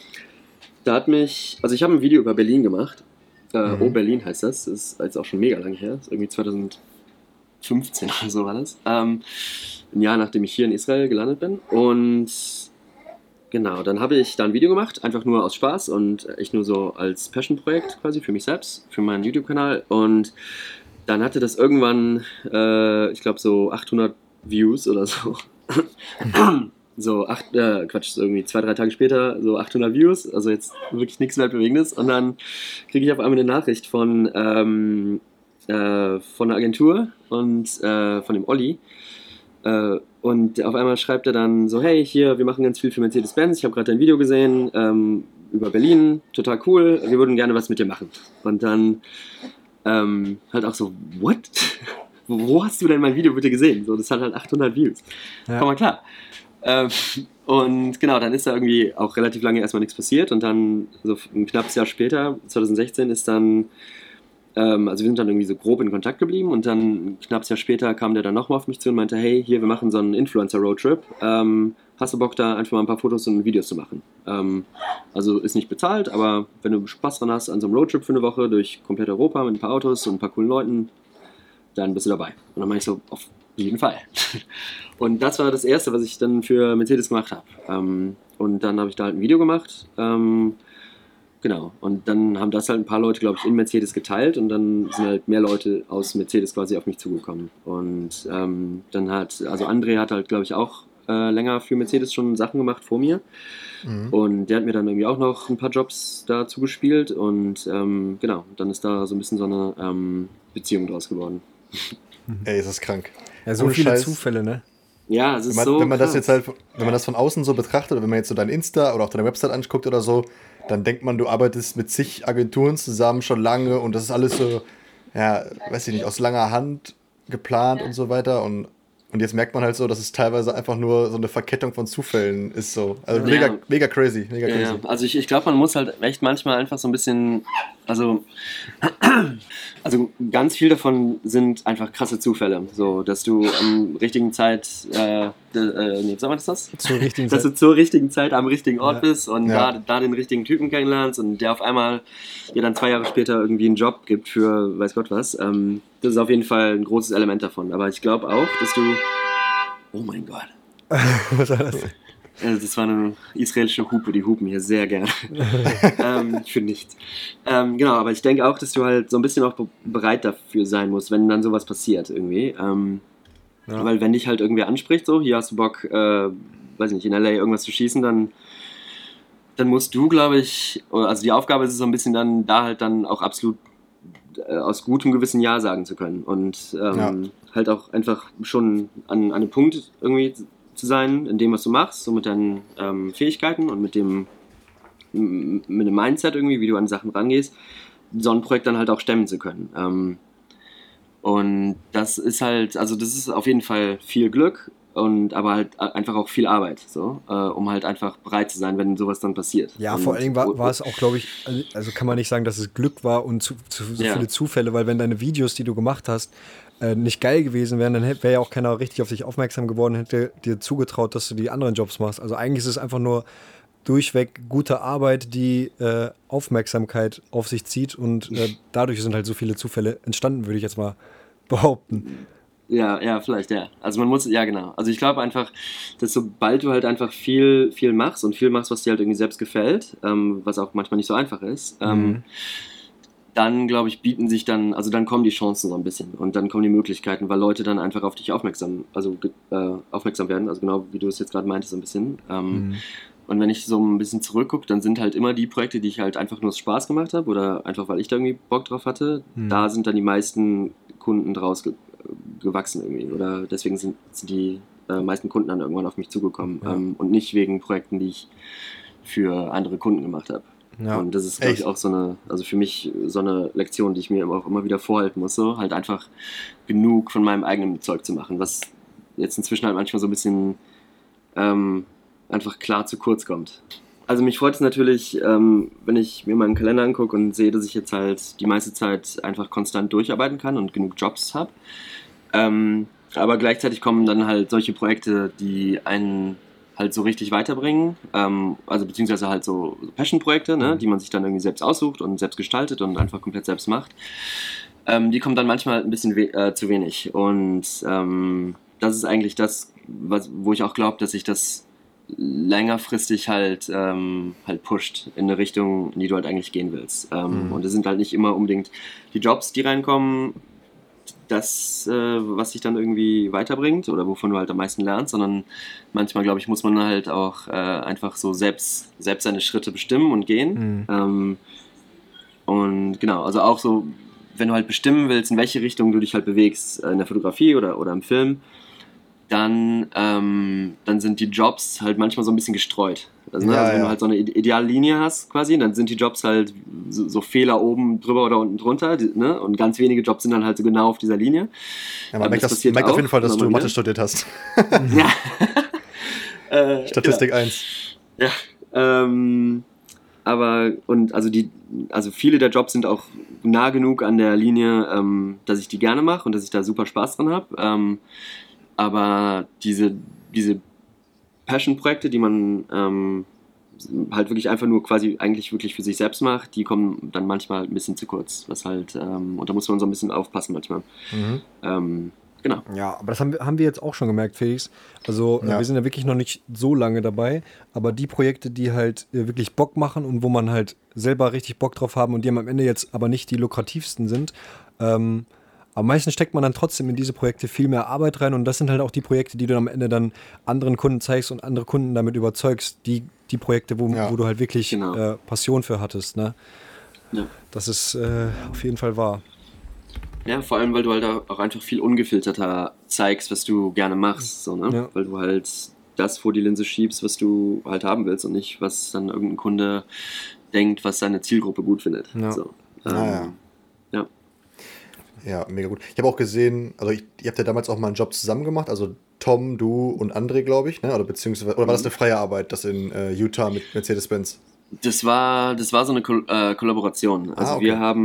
Speaker 2: ich habe ein Video über Berlin gemacht. Oh, Berlin heißt das. Das ist jetzt auch schon mega lange her. Das ist irgendwie 2015 oder so war das. Ein Jahr nachdem ich hier in Israel gelandet bin. Und genau, dann habe ich da ein Video gemacht, einfach nur aus Spaß und echt nur so als Passion-Projekt quasi für mich selbst, für meinen YouTube-Kanal. Und dann hatte das irgendwann, ich glaube so 800 Views oder so. Irgendwie 2-3 Tage später, so 800 Views, also jetzt wirklich nichts Weltbewegendes. Und dann kriege ich auf einmal eine Nachricht von der Agentur und von dem Olli, Und auf einmal schreibt er dann so, hey, hier, wir machen ganz viel für Mercedes-Benz, ich habe gerade dein Video gesehen, über Berlin, total cool, wir würden gerne was mit dir machen. Und dann halt auch so, what? Wo hast du denn mein Video bitte gesehen? So, das hat halt 800 Views. Ja. Komm mal klar. Und genau, dann ist da irgendwie auch relativ lange erstmal nichts passiert und dann so ein knappes Jahr später, 2016, ist dann, also wir sind dann irgendwie so grob in Kontakt geblieben und dann ein knappes Jahr später kam der dann nochmal auf mich zu und meinte, hey, hier, wir machen so einen Influencer-Roadtrip, hast du Bock da einfach mal ein paar Fotos und Videos zu machen? Also ist nicht bezahlt, aber wenn du Spaß dran hast an so einem Roadtrip für eine Woche durch komplett Europa mit ein paar Autos und ein paar coolen Leuten, dann bist du dabei. Und dann meinte ich so, auf jeden Fall. Und das war das Erste, was ich dann für Mercedes gemacht habe. Und dann habe ich da halt ein Video gemacht. Genau. Und dann haben das halt ein paar Leute, glaube ich, in Mercedes geteilt und dann sind halt mehr Leute aus Mercedes quasi auf mich zugekommen. Und dann also André hat halt, glaube ich, auch länger für Mercedes schon Sachen gemacht vor mir. Und der hat mir dann irgendwie auch noch ein paar Jobs da zugespielt und genau, dann ist da so ein bisschen so eine Beziehung draus geworden.
Speaker 1: Ey, ist das krank.
Speaker 3: Ja, so viele Zufälle, ne?
Speaker 2: Ja, es ist so.
Speaker 1: Wenn man das jetzt halt, wenn man das von außen so betrachtet, oder wenn man jetzt so dein Insta oder auch deine Website anguckt oder so, dann denkt man, du arbeitest mit zig Agenturen zusammen schon lange und das ist alles so, ja, weiß ich nicht, aus langer Hand geplant und so weiter und jetzt merkt man halt so, dass es teilweise einfach nur so eine Verkettung von Zufällen ist so. Also mega crazy.
Speaker 2: Ja. Also ich glaube, man muss halt echt manchmal einfach so ein bisschen, also ganz viel davon sind einfach krasse Zufälle. So, dass du am richtigen Zeit, wie sagt man das? Dass du zur richtigen Zeit am richtigen Ort bist und da den richtigen Typen kennenlernst und der auf einmal dir dann 2 Jahre später irgendwie einen Job gibt für weiß Gott was. Das ist auf jeden Fall ein großes Element davon. Aber ich glaube auch, dass du... Oh mein Gott.
Speaker 3: Was war das?
Speaker 2: Das war eine israelische Hupe, die hupen hier sehr gerne. Für nichts. Genau, aber ich denke auch, dass du halt so ein bisschen auch bereit dafür sein musst, wenn dann sowas passiert irgendwie. Weil wenn dich halt irgendwer anspricht, so, hier hast du Bock, weiß nicht, in LA irgendwas zu schießen, dann musst du, glaube ich, also die Aufgabe ist es so ein bisschen dann, da halt dann auch absolut aus gutem Gewissen Ja sagen zu können und halt auch einfach schon an einem Punkt irgendwie zu sein, in dem, was du machst, so mit deinen Fähigkeiten und mit dem Mindset irgendwie, wie du an Sachen rangehst, so ein Projekt dann halt auch stemmen zu können. Und das ist halt, also das ist auf jeden Fall viel Glück aber halt einfach auch viel Arbeit, so, um halt einfach bereit zu sein, wenn sowas dann passiert.
Speaker 3: Ja, vor allen Dingen war es auch, glaube ich, also kann man nicht sagen, dass es Glück war und so viele Zufälle, weil wenn deine Videos, die du gemacht hast, nicht geil gewesen wären, dann wäre ja auch keiner richtig auf dich aufmerksam geworden, hätte dir zugetraut, dass du die anderen Jobs machst. Also eigentlich ist es einfach nur durchweg gute Arbeit, die Aufmerksamkeit auf sich zieht und dadurch sind halt so viele Zufälle entstanden, würde ich jetzt mal behaupten.
Speaker 2: Ja, vielleicht, ja. Also man muss, ja genau. Also ich glaube einfach, dass sobald du halt einfach viel machst und viel machst, was dir halt irgendwie selbst gefällt, was auch manchmal nicht so einfach ist, dann, glaube ich, dann kommen die Chancen so ein bisschen und dann kommen die Möglichkeiten, weil Leute dann einfach auf dich aufmerksam werden, also genau wie du es jetzt gerade meintest, so ein bisschen. Und wenn ich so ein bisschen zurückgucke, dann sind halt immer die Projekte, die ich halt einfach nur aus Spaß gemacht habe oder einfach, weil ich da irgendwie Bock drauf hatte, da sind dann die meisten Kunden draus gewachsen irgendwie oder deswegen sind die meisten Kunden dann irgendwann auf mich zugekommen und nicht wegen Projekten, die ich für andere Kunden gemacht habe. Ja. Und das ist, glaube ich, auch also für mich so eine Lektion, die ich mir auch immer wieder vorhalten muss, so halt einfach genug von meinem eigenen Zeug zu machen, was jetzt inzwischen halt manchmal so ein bisschen einfach klar zu kurz kommt. Also mich freut es natürlich, wenn ich mir meinen Kalender angucke und sehe, dass ich jetzt halt die meiste Zeit einfach konstant durcharbeiten kann und genug Jobs habe. Aber gleichzeitig kommen dann halt solche Projekte, die einen halt so richtig weiterbringen, also beziehungsweise halt so Passion-Projekte, ne, die man sich dann irgendwie selbst aussucht und selbst gestaltet und einfach komplett selbst macht. Die kommen dann manchmal ein bisschen zu wenig. Und das ist eigentlich das, wo ich auch glaube, dass sich das längerfristig halt pusht in eine Richtung, in die du halt eigentlich gehen willst. Und es sind halt nicht immer unbedingt die Jobs, die reinkommen, das, was dich dann irgendwie weiterbringt oder wovon du halt am meisten lernst, sondern manchmal, glaube ich, muss man halt auch einfach so selbst seine Schritte bestimmen und gehen. Und genau, also auch so, wenn du halt bestimmen willst, in welche Richtung du dich halt bewegst, in der Fotografie oder im Film, dann sind die Jobs halt manchmal so ein bisschen gestreut. Also, ne? Wenn du halt so eine ideale Linie hast quasi, dann sind die Jobs halt so Fehler oben drüber oder unten drunter, ne? Und ganz wenige Jobs sind dann halt so genau auf dieser Linie.
Speaker 1: Ja, man merkt auf jeden Fall, dass du Mathe studiert hast.
Speaker 2: Ja.
Speaker 1: Statistik genau. 1.
Speaker 2: Ja, also viele der Jobs sind auch nah genug an der Linie, dass ich die gerne mache und dass ich da super Spaß dran habe. Aber diese Passion-Projekte, die man halt wirklich einfach nur quasi eigentlich wirklich für sich selbst macht, die kommen dann manchmal ein bisschen zu kurz. Was halt, und da muss man so ein bisschen aufpassen manchmal. Genau.
Speaker 3: Ja, aber das haben wir jetzt auch schon gemerkt, Felix. Also wir sind ja wirklich noch nicht so lange dabei, aber die Projekte, die halt wirklich Bock machen und wo man halt selber richtig Bock drauf haben und die am Ende jetzt aber nicht die lukrativsten sind, am meisten steckt man dann trotzdem in diese Projekte viel mehr Arbeit rein und das sind halt auch die Projekte, die du am Ende dann anderen Kunden zeigst und andere Kunden damit überzeugst, die Projekte, wo du halt wirklich Passion für hattest. Ne? Ja. Das ist auf jeden Fall wahr.
Speaker 2: Ja, vor allem, weil du halt auch einfach viel ungefilterter zeigst, was du gerne machst, so, ne? Ja. Weil du halt das vor die Linse schiebst, was du halt haben willst und nicht, was dann irgendein Kunde denkt, was seine Zielgruppe gut findet.
Speaker 3: Ja.
Speaker 2: So.
Speaker 1: Ja, mega gut. Ich habe auch gesehen, also ihr habt ja damals auch mal einen Job zusammen gemacht, also Tom, du und André, glaube ich, ne? Oder war das eine freie Arbeit, das in Utah mit Mercedes-Benz?
Speaker 2: Das war so eine Kollaboration. Also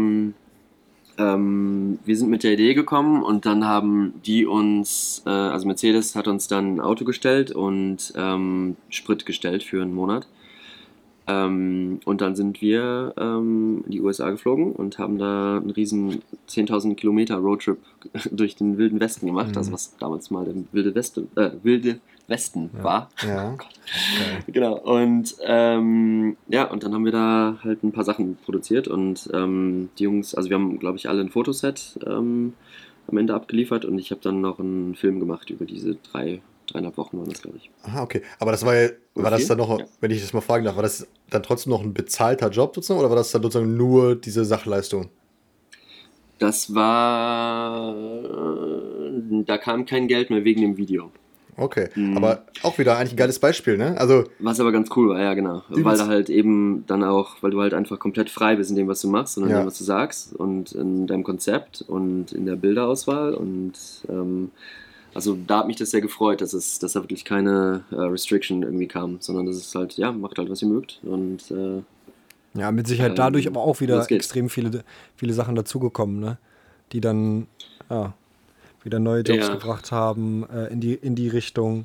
Speaker 2: wir sind mit der Idee gekommen und dann haben die uns, also Mercedes hat uns dann ein Auto gestellt und Sprit gestellt für einen Monat. Und dann sind wir in die USA geflogen und haben da einen riesen 10.000 Kilometer Roadtrip durch den Wilden Westen gemacht, also was damals mal der Wilde Westen war.
Speaker 1: Ja.
Speaker 2: Oh Gott. Genau. Und und dann haben wir da halt ein paar Sachen produziert und die Jungs, also wir haben, glaube ich, alle ein Fotoset am Ende abgeliefert und ich habe dann noch einen Film gemacht über diese 3,5 Wochen waren das, glaube ich.
Speaker 1: Aha, okay. Aber das war das dann noch, wenn ich das mal fragen darf, war das dann trotzdem noch ein bezahlter Job sozusagen oder war das dann sozusagen nur diese Sachleistung?
Speaker 2: Das war, da kam kein Geld mehr wegen dem Video.
Speaker 1: Okay, aber auch wieder eigentlich ein geiles Beispiel, ne? Also
Speaker 2: was aber ganz cool war, ja genau. Weil da halt eben dann auch, weil du halt einfach komplett frei bist in dem, was du machst und in dem, was du sagst und in deinem Konzept und in der Bilderauswahl und also da hat mich das sehr gefreut, dass da wirklich keine Restriction irgendwie kam, sondern dass es halt, macht halt, was ihr mögt und
Speaker 3: ja, mit Sicherheit dadurch aber auch wieder extrem viele Sachen dazugekommen, ne? Die dann, wieder neue Jobs gebracht haben, in die Richtung.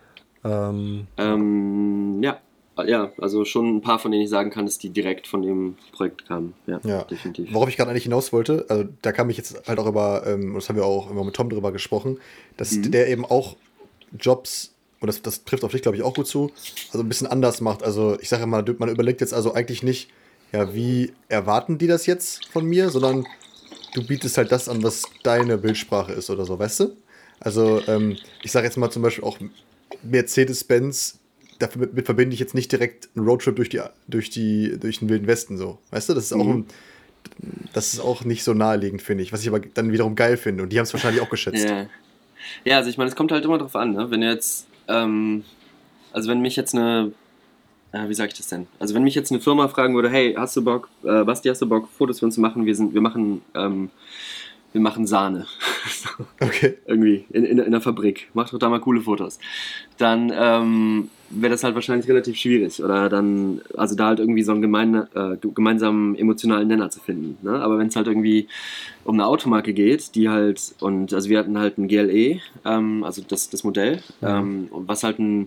Speaker 2: Also schon ein paar, von denen ich sagen kann, dass die direkt von dem Projekt kamen. Ja, definitiv.
Speaker 1: Worauf ich gerade eigentlich hinaus wollte, also da kam ich jetzt halt auch das haben wir auch immer mit Tom drüber gesprochen, dass der eben auch Jobs, und das trifft auf dich, glaube ich, auch gut zu, also ein bisschen anders macht. Also ich sage mal, man überlegt jetzt also eigentlich nicht, wie erwarten die das jetzt von mir, sondern du bietest halt das an, was deine Bildsprache ist oder so, weißt du? Also ich sage jetzt mal zum Beispiel auch Mercedes-Benz, damit verbinde ich jetzt nicht direkt einen Roadtrip durch den Wilden Westen so, weißt du? Das ist auch nicht so naheliegend, finde ich, was ich aber dann wiederum geil finde und die haben es wahrscheinlich auch geschätzt.
Speaker 2: Ja, also ich meine, es kommt halt immer drauf an, ne? Wenn jetzt, also wenn mich jetzt wie sage ich das denn? Also wenn mich jetzt eine Firma fragen würde, hey, hast du Bock, Basti, hast du Bock, Fotos für uns zu machen? Wir machen Sahne. So.
Speaker 1: Okay.
Speaker 2: Irgendwie in der Fabrik. Macht doch da mal coole Fotos. Dann wäre das halt wahrscheinlich relativ schwierig. Oder dann, also da halt irgendwie so einen gemeinsamen emotionalen Nenner zu finden. Ne? Aber wenn es halt irgendwie um eine Automarke geht, die halt, und also wir hatten halt ein GLE, also das Modell, was halt ein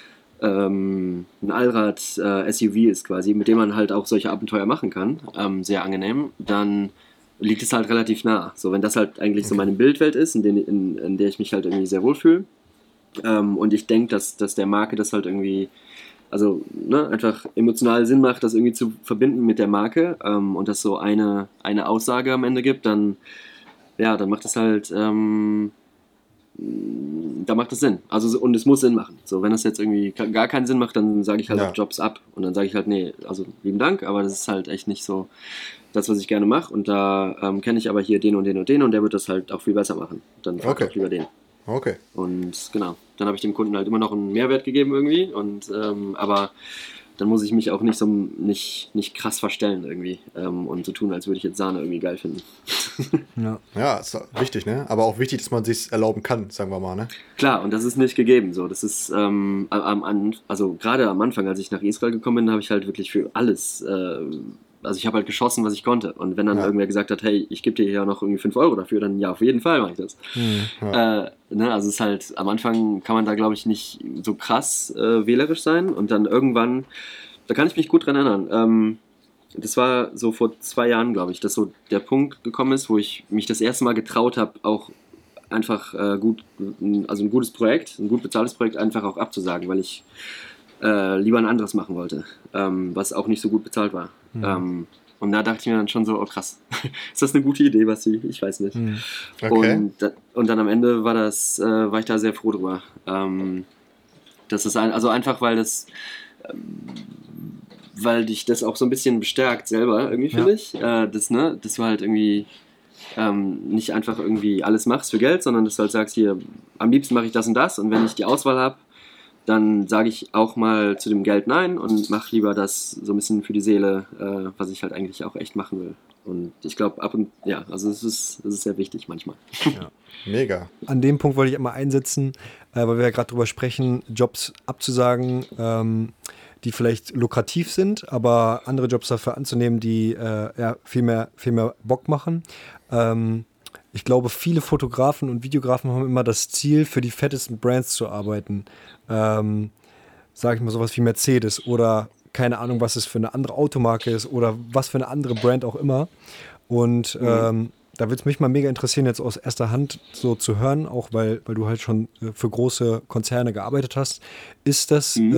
Speaker 2: Allrad-SUV ist quasi, mit dem man halt auch solche Abenteuer machen kann, sehr angenehm, dann liegt es halt relativ nah. So, wenn das halt eigentlich so meine Bildwelt ist, in der ich mich halt irgendwie sehr wohlfühle und ich denke, dass der Marke das halt irgendwie, also einfach emotional Sinn macht, das irgendwie zu verbinden mit der Marke und das so eine Aussage am Ende gibt, dann macht das halt da macht es Sinn. Also, und es muss Sinn machen. So, wenn das jetzt irgendwie gar keinen Sinn macht, dann sage ich halt auch Jobs ab. Und dann sage ich halt, nee, also lieben Dank, aber das ist halt echt nicht so das, was ich gerne mache. Und da kenne ich aber hier den und den und den und der wird das halt auch viel besser machen. Dann frag ich lieber den.
Speaker 1: Okay.
Speaker 2: Und genau, dann habe ich dem Kunden halt immer noch einen Mehrwert gegeben irgendwie. Und aber dann muss ich mich auch nicht krass verstellen irgendwie und so tun, als würde ich jetzt Sahne irgendwie geil finden.
Speaker 1: Ja, ist wichtig, ne? Aber auch wichtig, dass man sich erlauben kann, sagen wir mal, ne?
Speaker 2: Klar, und das ist nicht gegeben. So, das ist also gerade am Anfang, als ich nach Israel gekommen bin, habe ich halt wirklich für alles, also ich habe halt geschossen, was ich konnte. Und wenn dann irgendwer gesagt hat, hey, ich gebe dir ja noch irgendwie 5 Euro dafür, dann ja, auf jeden Fall mache ich das. Also es ist halt, am Anfang kann man da, glaube ich, nicht so krass wählerisch sein. Und dann irgendwann, da kann ich mich gut dran erinnern, das war so vor 2 Jahren, glaube ich, dass so der Punkt gekommen ist, wo ich mich das erste Mal getraut habe, auch einfach ein gutes Projekt, ein gut bezahltes Projekt einfach auch abzusagen, weil ich lieber ein anderes machen wollte, was auch nicht so gut bezahlt war. Und da dachte ich mir dann schon so, oh krass, ist das eine gute Idee, Basti? Ich weiß nicht.
Speaker 1: Okay.
Speaker 2: Und dann am Ende war ich da sehr froh drüber. Das ist also einfach, weil dich das auch so ein bisschen bestärkt selber irgendwie, finde ich. Dass du halt irgendwie nicht einfach irgendwie alles machst für Geld, sondern dass du halt sagst, hier, am liebsten mache ich das und das und wenn ich die Auswahl habe, dann sage ich auch mal zu dem Geld nein und mache lieber das so ein bisschen für die Seele, was ich halt eigentlich auch echt machen will. Und ich glaube, also es ist sehr wichtig manchmal.
Speaker 1: Ja. Mega.
Speaker 3: An dem Punkt wollte ich einmal einsetzen, weil wir ja gerade drüber sprechen, Jobs abzusagen, die vielleicht lukrativ sind, aber andere Jobs dafür anzunehmen, die viel mehr Bock machen. Ich glaube, viele Fotografen und Videografen haben immer das Ziel, für die fettesten Brands zu arbeiten. Sag ich mal sowas wie Mercedes oder keine Ahnung, was es für eine andere Automarke ist oder was für eine andere Brand auch immer. Und da würde es mich mal mega interessieren, jetzt aus erster Hand so zu hören, auch weil du halt schon für große Konzerne gearbeitet hast. Ist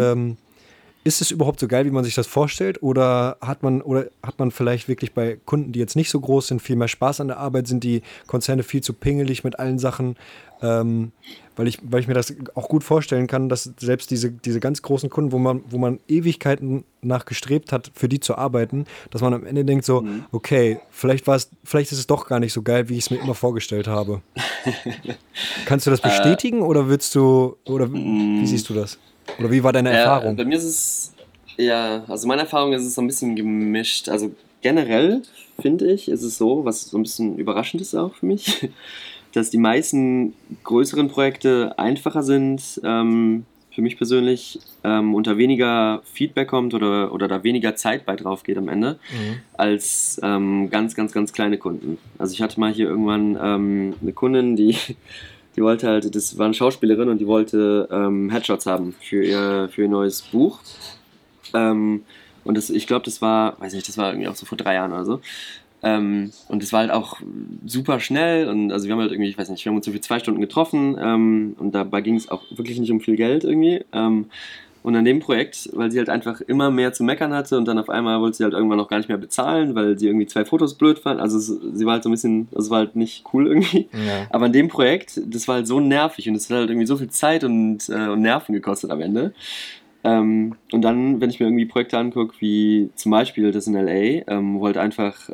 Speaker 3: es überhaupt so geil, wie man sich das vorstellt? Oder hat man vielleicht wirklich bei Kunden, die jetzt nicht so groß sind, viel mehr Spaß an der Arbeit? Sind die Konzerne viel zu pingelig mit allen Sachen? Weil ich mir das auch gut vorstellen kann, dass selbst diese ganz großen Kunden, wo man Ewigkeiten nachgestrebt hat, für die zu arbeiten, dass man am Ende denkt so, okay, vielleicht ist es doch gar nicht so geil, wie ich es mir immer vorgestellt habe. Kannst du das bestätigen oder wie siehst du das? Oder wie war deine Erfahrung?
Speaker 2: Bei mir ist es, also meine Erfahrung ist es so ein bisschen gemischt. Also generell finde ich, ist es so, was so ein bisschen überraschend ist auch für mich, dass die meisten größeren Projekte einfacher sind, für mich persönlich, unter weniger Feedback kommt oder da weniger Zeit bei drauf geht am Ende, als ganz, ganz, ganz kleine Kunden. Also ich hatte mal hier irgendwann eine Kundin, die wollte halt, das war eine Schauspielerin und die wollte Headshots haben für ihr neues Buch. Und ich glaube, das war irgendwie auch so vor 3 Jahren oder so. Und das war halt auch super schnell und also wir haben halt irgendwie, ich weiß nicht, wir haben uns so für 2 Stunden getroffen und dabei ging es auch wirklich nicht um viel Geld irgendwie. Und an dem Projekt, weil sie halt einfach immer mehr zu meckern hatte und dann auf einmal wollte sie halt irgendwann noch gar nicht mehr bezahlen, weil sie irgendwie 2 Fotos blöd fand. Also sie war halt so ein bisschen, also es war halt nicht cool irgendwie. Ja. Aber an dem Projekt, das war halt so nervig und es hat halt irgendwie so viel Zeit und Nerven gekostet am Ende. Und dann, wenn ich mir irgendwie Projekte angucke, wie zum Beispiel das in L.A., wo halt einfach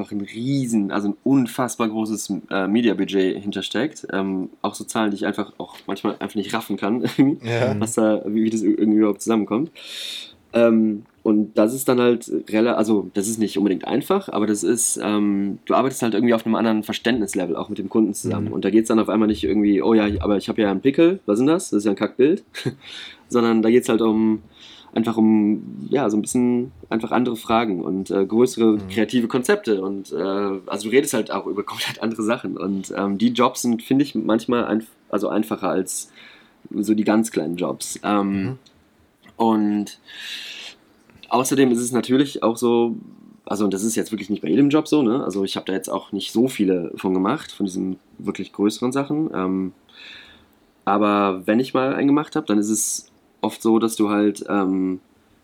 Speaker 2: ein unfassbar großes Media-Budget hintersteckt. Auch so Zahlen, die ich manchmal einfach nicht raffen kann, wie das irgendwie überhaupt zusammenkommt. Und das ist dann halt also das ist nicht unbedingt einfach, aber das ist, du arbeitest halt irgendwie auf einem anderen Verständnislevel, auch mit dem Kunden zusammen. Und da geht es dann auf einmal nicht irgendwie, oh ja, aber ich habe ja einen Pickel, was ist denn das? Das ist ja ein Kackbild. Sondern da geht es halt so ein bisschen einfach andere Fragen und größere kreative Konzepte. Und also du redest halt auch über komplett andere Sachen. Und die Jobs sind, finde ich, manchmal einfacher als so die ganz kleinen Jobs. Und außerdem ist es natürlich auch so, also und das ist jetzt wirklich nicht bei jedem Job so, ne? Also ich habe da jetzt auch nicht so viele von gemacht, von diesen wirklich größeren Sachen. Aber wenn ich mal einen gemacht habe, dann ist es oft so, dass du halt, du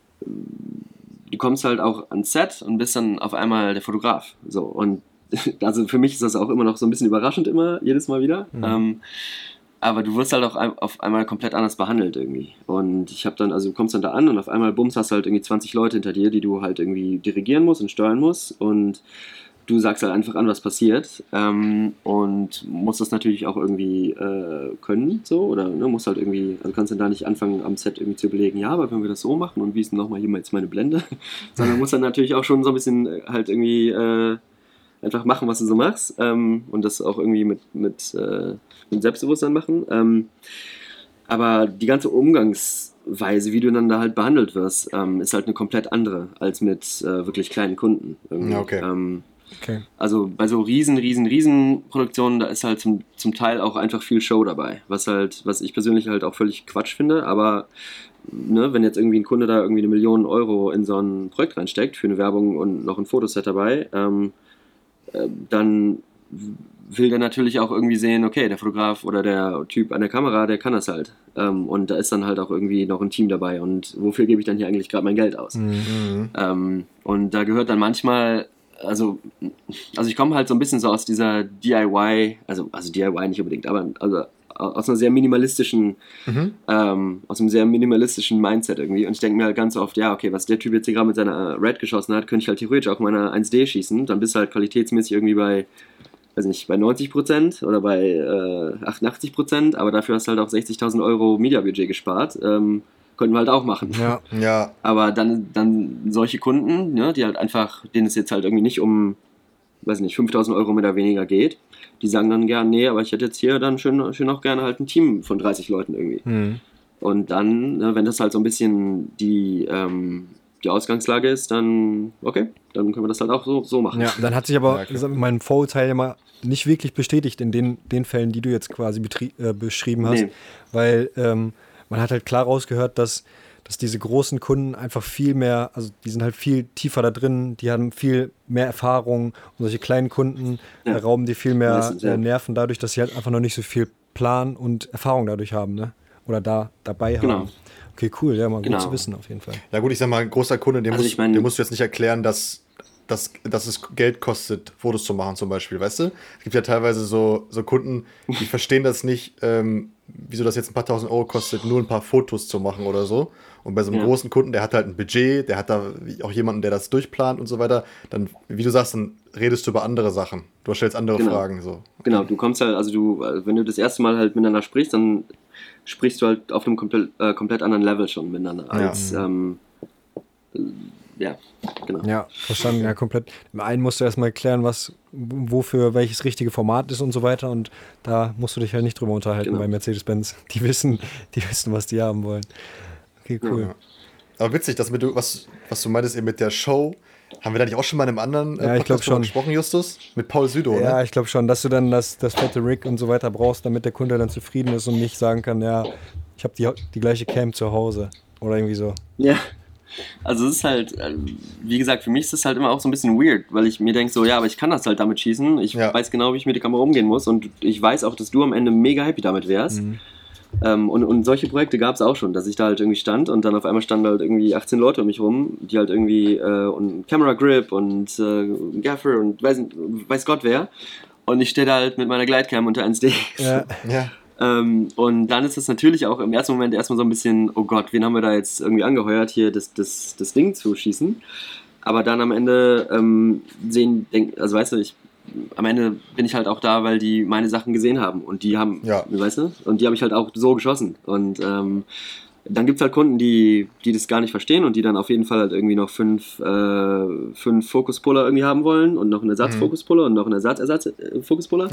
Speaker 2: kommst halt auch ans Set und bist dann auf einmal der Fotograf. So, und also für mich ist das auch immer noch so ein bisschen überraschend jedes Mal wieder. Aber du wirst halt auch auf einmal komplett anders behandelt irgendwie. Und du kommst dann da an und auf einmal, bums, hast du halt irgendwie 20 Leute hinter dir, die du halt irgendwie dirigieren musst und steuern musst. Und du sagst halt einfach an, was passiert und musst das natürlich auch irgendwie können, so, oder ne, musst halt irgendwie, also kannst dann da nicht anfangen am Set irgendwie zu überlegen, ja, aber wenn wir das so machen und wie ist denn nochmal hier jetzt meine Blende, sondern musst dann natürlich auch schon so ein bisschen halt irgendwie einfach machen, was du so machst und das auch irgendwie mit Selbstbewusstsein machen. Aber die ganze Umgangsweise, wie du dann da halt behandelt wirst, ist halt eine komplett andere als mit wirklich kleinen Kunden.
Speaker 1: Ja, okay.
Speaker 3: Okay.
Speaker 2: Also bei so riesen Produktionen, da ist halt zum Teil auch einfach viel Show dabei, was ich persönlich halt auch völlig Quatsch finde, aber ne, wenn jetzt irgendwie ein Kunde da irgendwie 1 Million Euro in so ein Projekt reinsteckt, für eine Werbung und noch ein Fotoset dabei, dann will der natürlich auch irgendwie sehen, okay, der Fotograf oder der Typ an der Kamera, der kann das halt. Und da ist dann halt auch irgendwie noch ein Team dabei. Und wofür gebe ich dann hier eigentlich gerade mein Geld aus? Und da gehört dann manchmal, also ich komme halt so ein bisschen so aus dieser DIY, also DIY nicht unbedingt, aber also aus einer sehr minimalistischen, aus einem sehr minimalistischen Mindset irgendwie. Und ich denke mir halt ganz oft, ja, okay, was der Typ jetzt hier gerade mit seiner Red geschossen hat, könnte ich halt theoretisch auch mit einer 1D schießen. Dann bist du halt qualitätsmäßig irgendwie bei 90% oder bei 88%, aber dafür hast du halt auch 60.000 Euro Media-Budget gespart. Könnten wir halt auch machen.
Speaker 1: Ja.
Speaker 2: Aber dann solche Kunden, ne, die halt einfach, denen es jetzt halt irgendwie nicht um, 5.000 Euro mehr oder weniger geht, die sagen dann gern, nee, aber ich hätte jetzt hier dann schön auch gerne halt ein Team von 30 Leuten irgendwie. Und dann, ne, wenn das halt so ein bisschen die Ausgangslage ist, dann okay, dann können wir das halt auch so machen.
Speaker 3: Ja, dann hat sich aber mein Vorurteil immer nicht wirklich bestätigt in den Fällen, die du jetzt quasi beschrieben hast, weil man hat halt klar rausgehört, dass diese großen Kunden einfach viel mehr, also die sind halt viel tiefer da drin, die haben viel mehr Erfahrung und solche kleinen Kunden rauben dir viel mehr Nerven dadurch, dass sie halt einfach noch nicht so viel Plan und Erfahrung dadurch haben, ne? Oder dabei haben. Okay, cool, ja, mal gut zu wissen auf jeden Fall.
Speaker 1: Ja gut, ich sag mal, ein großer Kunde, dem musst du jetzt nicht erklären, dass es Geld kostet, Fotos zu machen zum Beispiel, weißt du? Es gibt ja teilweise so Kunden, die verstehen das nicht, wieso das jetzt ein paar tausend Euro kostet, nur ein paar Fotos zu machen oder so. Und bei so einem großen Kunden, der hat halt ein Budget, der hat da auch jemanden, der das durchplant und so weiter. Dann, wie du sagst, dann redest du über andere Sachen. Du stellst andere Fragen. So.
Speaker 2: Genau, du kommst halt, wenn du das erste Mal halt miteinander sprichst, dann sprichst du halt auf einem komplett anderen Level schon miteinander als genau.
Speaker 3: Ja, verstanden, ja, komplett. Im einen musst du erstmal erklären, wofür welches richtige Format ist und so weiter, und da musst du dich halt nicht drüber unterhalten bei Mercedes-Benz. Die wissen, was die haben wollen. Okay, cool.
Speaker 1: Ja. Aber witzig, dass was du meintest eben mit der Show, haben wir da nicht auch schon mal in einem anderen
Speaker 3: Podcast
Speaker 1: gesprochen, Justus? Mit Paul Südow,
Speaker 3: Ja,
Speaker 1: ne?
Speaker 3: ich glaube schon, dass du dann das fette Rig und so weiter brauchst, damit der Kunde dann zufrieden ist und nicht sagen kann, ja, ich habe die gleiche Cam zu Hause oder irgendwie so.
Speaker 2: Ja, also es ist halt, wie gesagt, für mich ist das halt immer auch so ein bisschen weird, weil ich mir denke so, ja, aber ich kann das halt damit schießen, ich weiß genau, wie ich mit der Kamera umgehen muss, und ich weiß auch, dass du am Ende mega happy damit wärst. Und solche Projekte gab es auch schon, dass ich da halt irgendwie stand und dann auf einmal standen halt irgendwie 18 Leute um mich rum, die halt irgendwie und Camera Grip und Gaffer und weiß Gott wer, und ich stehe da halt mit meiner Glidecam unter 1D.
Speaker 3: Ja.
Speaker 2: Und dann ist es natürlich auch im ersten Moment erstmal so ein bisschen, oh Gott, wen haben wir da jetzt irgendwie angeheuert, hier das Ding zu schießen. Aber dann am Ende also weißt du, am Ende bin ich halt auch da, weil die meine Sachen gesehen haben und die haben, weißt du, und die habe ich halt auch so geschossen. Und dann gibt es halt Kunden, die das gar nicht verstehen und die dann auf jeden Fall halt irgendwie noch 5 Fokuspuller irgendwie haben wollen und noch einen Ersatzfokuspuller und noch einen Ersatz-Fokuspuller.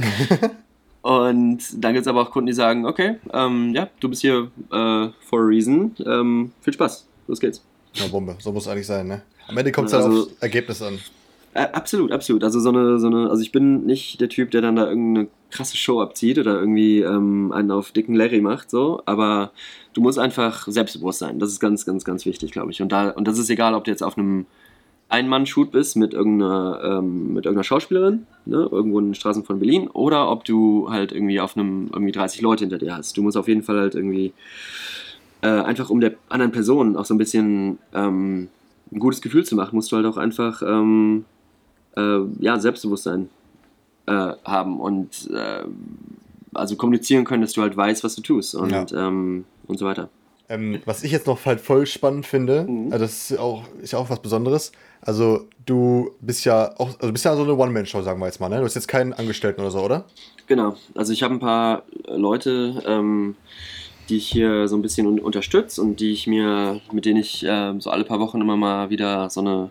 Speaker 2: Und dann gibt es aber auch Kunden, die sagen, okay, du bist hier for a reason, viel Spaß, los geht's.
Speaker 1: Ja, Bombe, so muss es eigentlich sein, ne? Am Ende kommt es halt aufs Ergebnis an.
Speaker 2: Absolut. Also also ich bin nicht der Typ, der dann da irgendeine krasse Show abzieht oder irgendwie einen auf dicken Larry macht, so, aber du musst einfach selbstbewusst sein. Das ist ganz, ganz, ganz wichtig, glaube ich. Und das ist egal, ob du jetzt auf einem Ein-Mann-Shoot bist mit irgendeiner Schauspielerin, ne, irgendwo in den Straßen von Berlin, oder ob du halt irgendwie auf einem irgendwie 30 Leute hinter dir hast. Du musst auf jeden Fall halt irgendwie einfach, um der anderen Person auch so ein bisschen ein gutes Gefühl zu machen, musst du halt auch einfach Selbstbewusstsein haben und also kommunizieren können, dass du halt weißt, was du tust und so weiter.
Speaker 1: Was ich jetzt noch halt voll spannend finde, also das ist ja auch was Besonderes. Also du bist ja so eine One-Man-Show, sagen wir jetzt mal, ne? Du hast jetzt keinen Angestellten oder so, oder?
Speaker 2: Genau, also ich habe ein paar Leute, die ich hier so ein bisschen unterstütze und mit denen ich so alle paar Wochen immer mal wieder so eine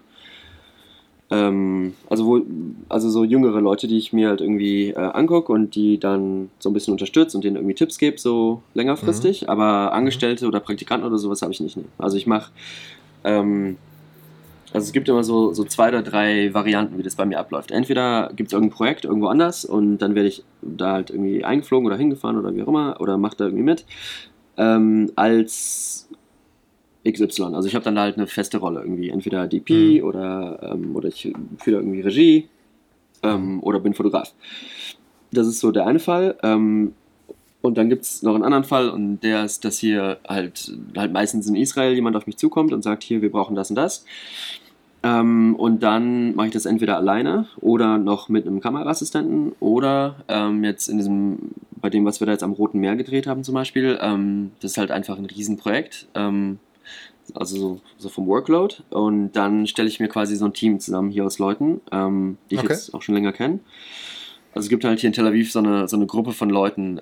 Speaker 2: also so jüngere Leute, die ich mir halt irgendwie angucke und die dann so ein bisschen unterstütze und denen irgendwie Tipps gebe, so längerfristig. Aber Angestellte oder Praktikanten oder sowas habe ich nicht. Ne? Also ich mache, also es gibt immer so 2 oder 3 Varianten, wie das bei mir abläuft. Entweder gibt es irgendein Projekt irgendwo anders und dann werde ich da halt irgendwie eingeflogen oder hingefahren oder wie auch immer oder mache da irgendwie mit. Als XY. Also ich habe dann halt eine feste Rolle irgendwie. Entweder DP oder ich führe irgendwie Regie oder bin Fotograf. Das ist so der eine Fall. Und dann gibt es noch einen anderen Fall und der ist, dass hier halt meistens in Israel jemand auf mich zukommt und sagt, hier, wir brauchen das und das. Und dann mache ich das entweder alleine oder noch mit einem Kameraassistenten oder jetzt bei dem, was wir da jetzt am Roten Meer gedreht haben zum Beispiel, das ist halt einfach ein Riesenprojekt. Also so vom Workload. Und dann stelle ich mir quasi so ein Team zusammen hier aus Leuten, die ich jetzt auch schon länger kenne. Also es gibt halt hier in Tel Aviv so eine Gruppe von Leuten,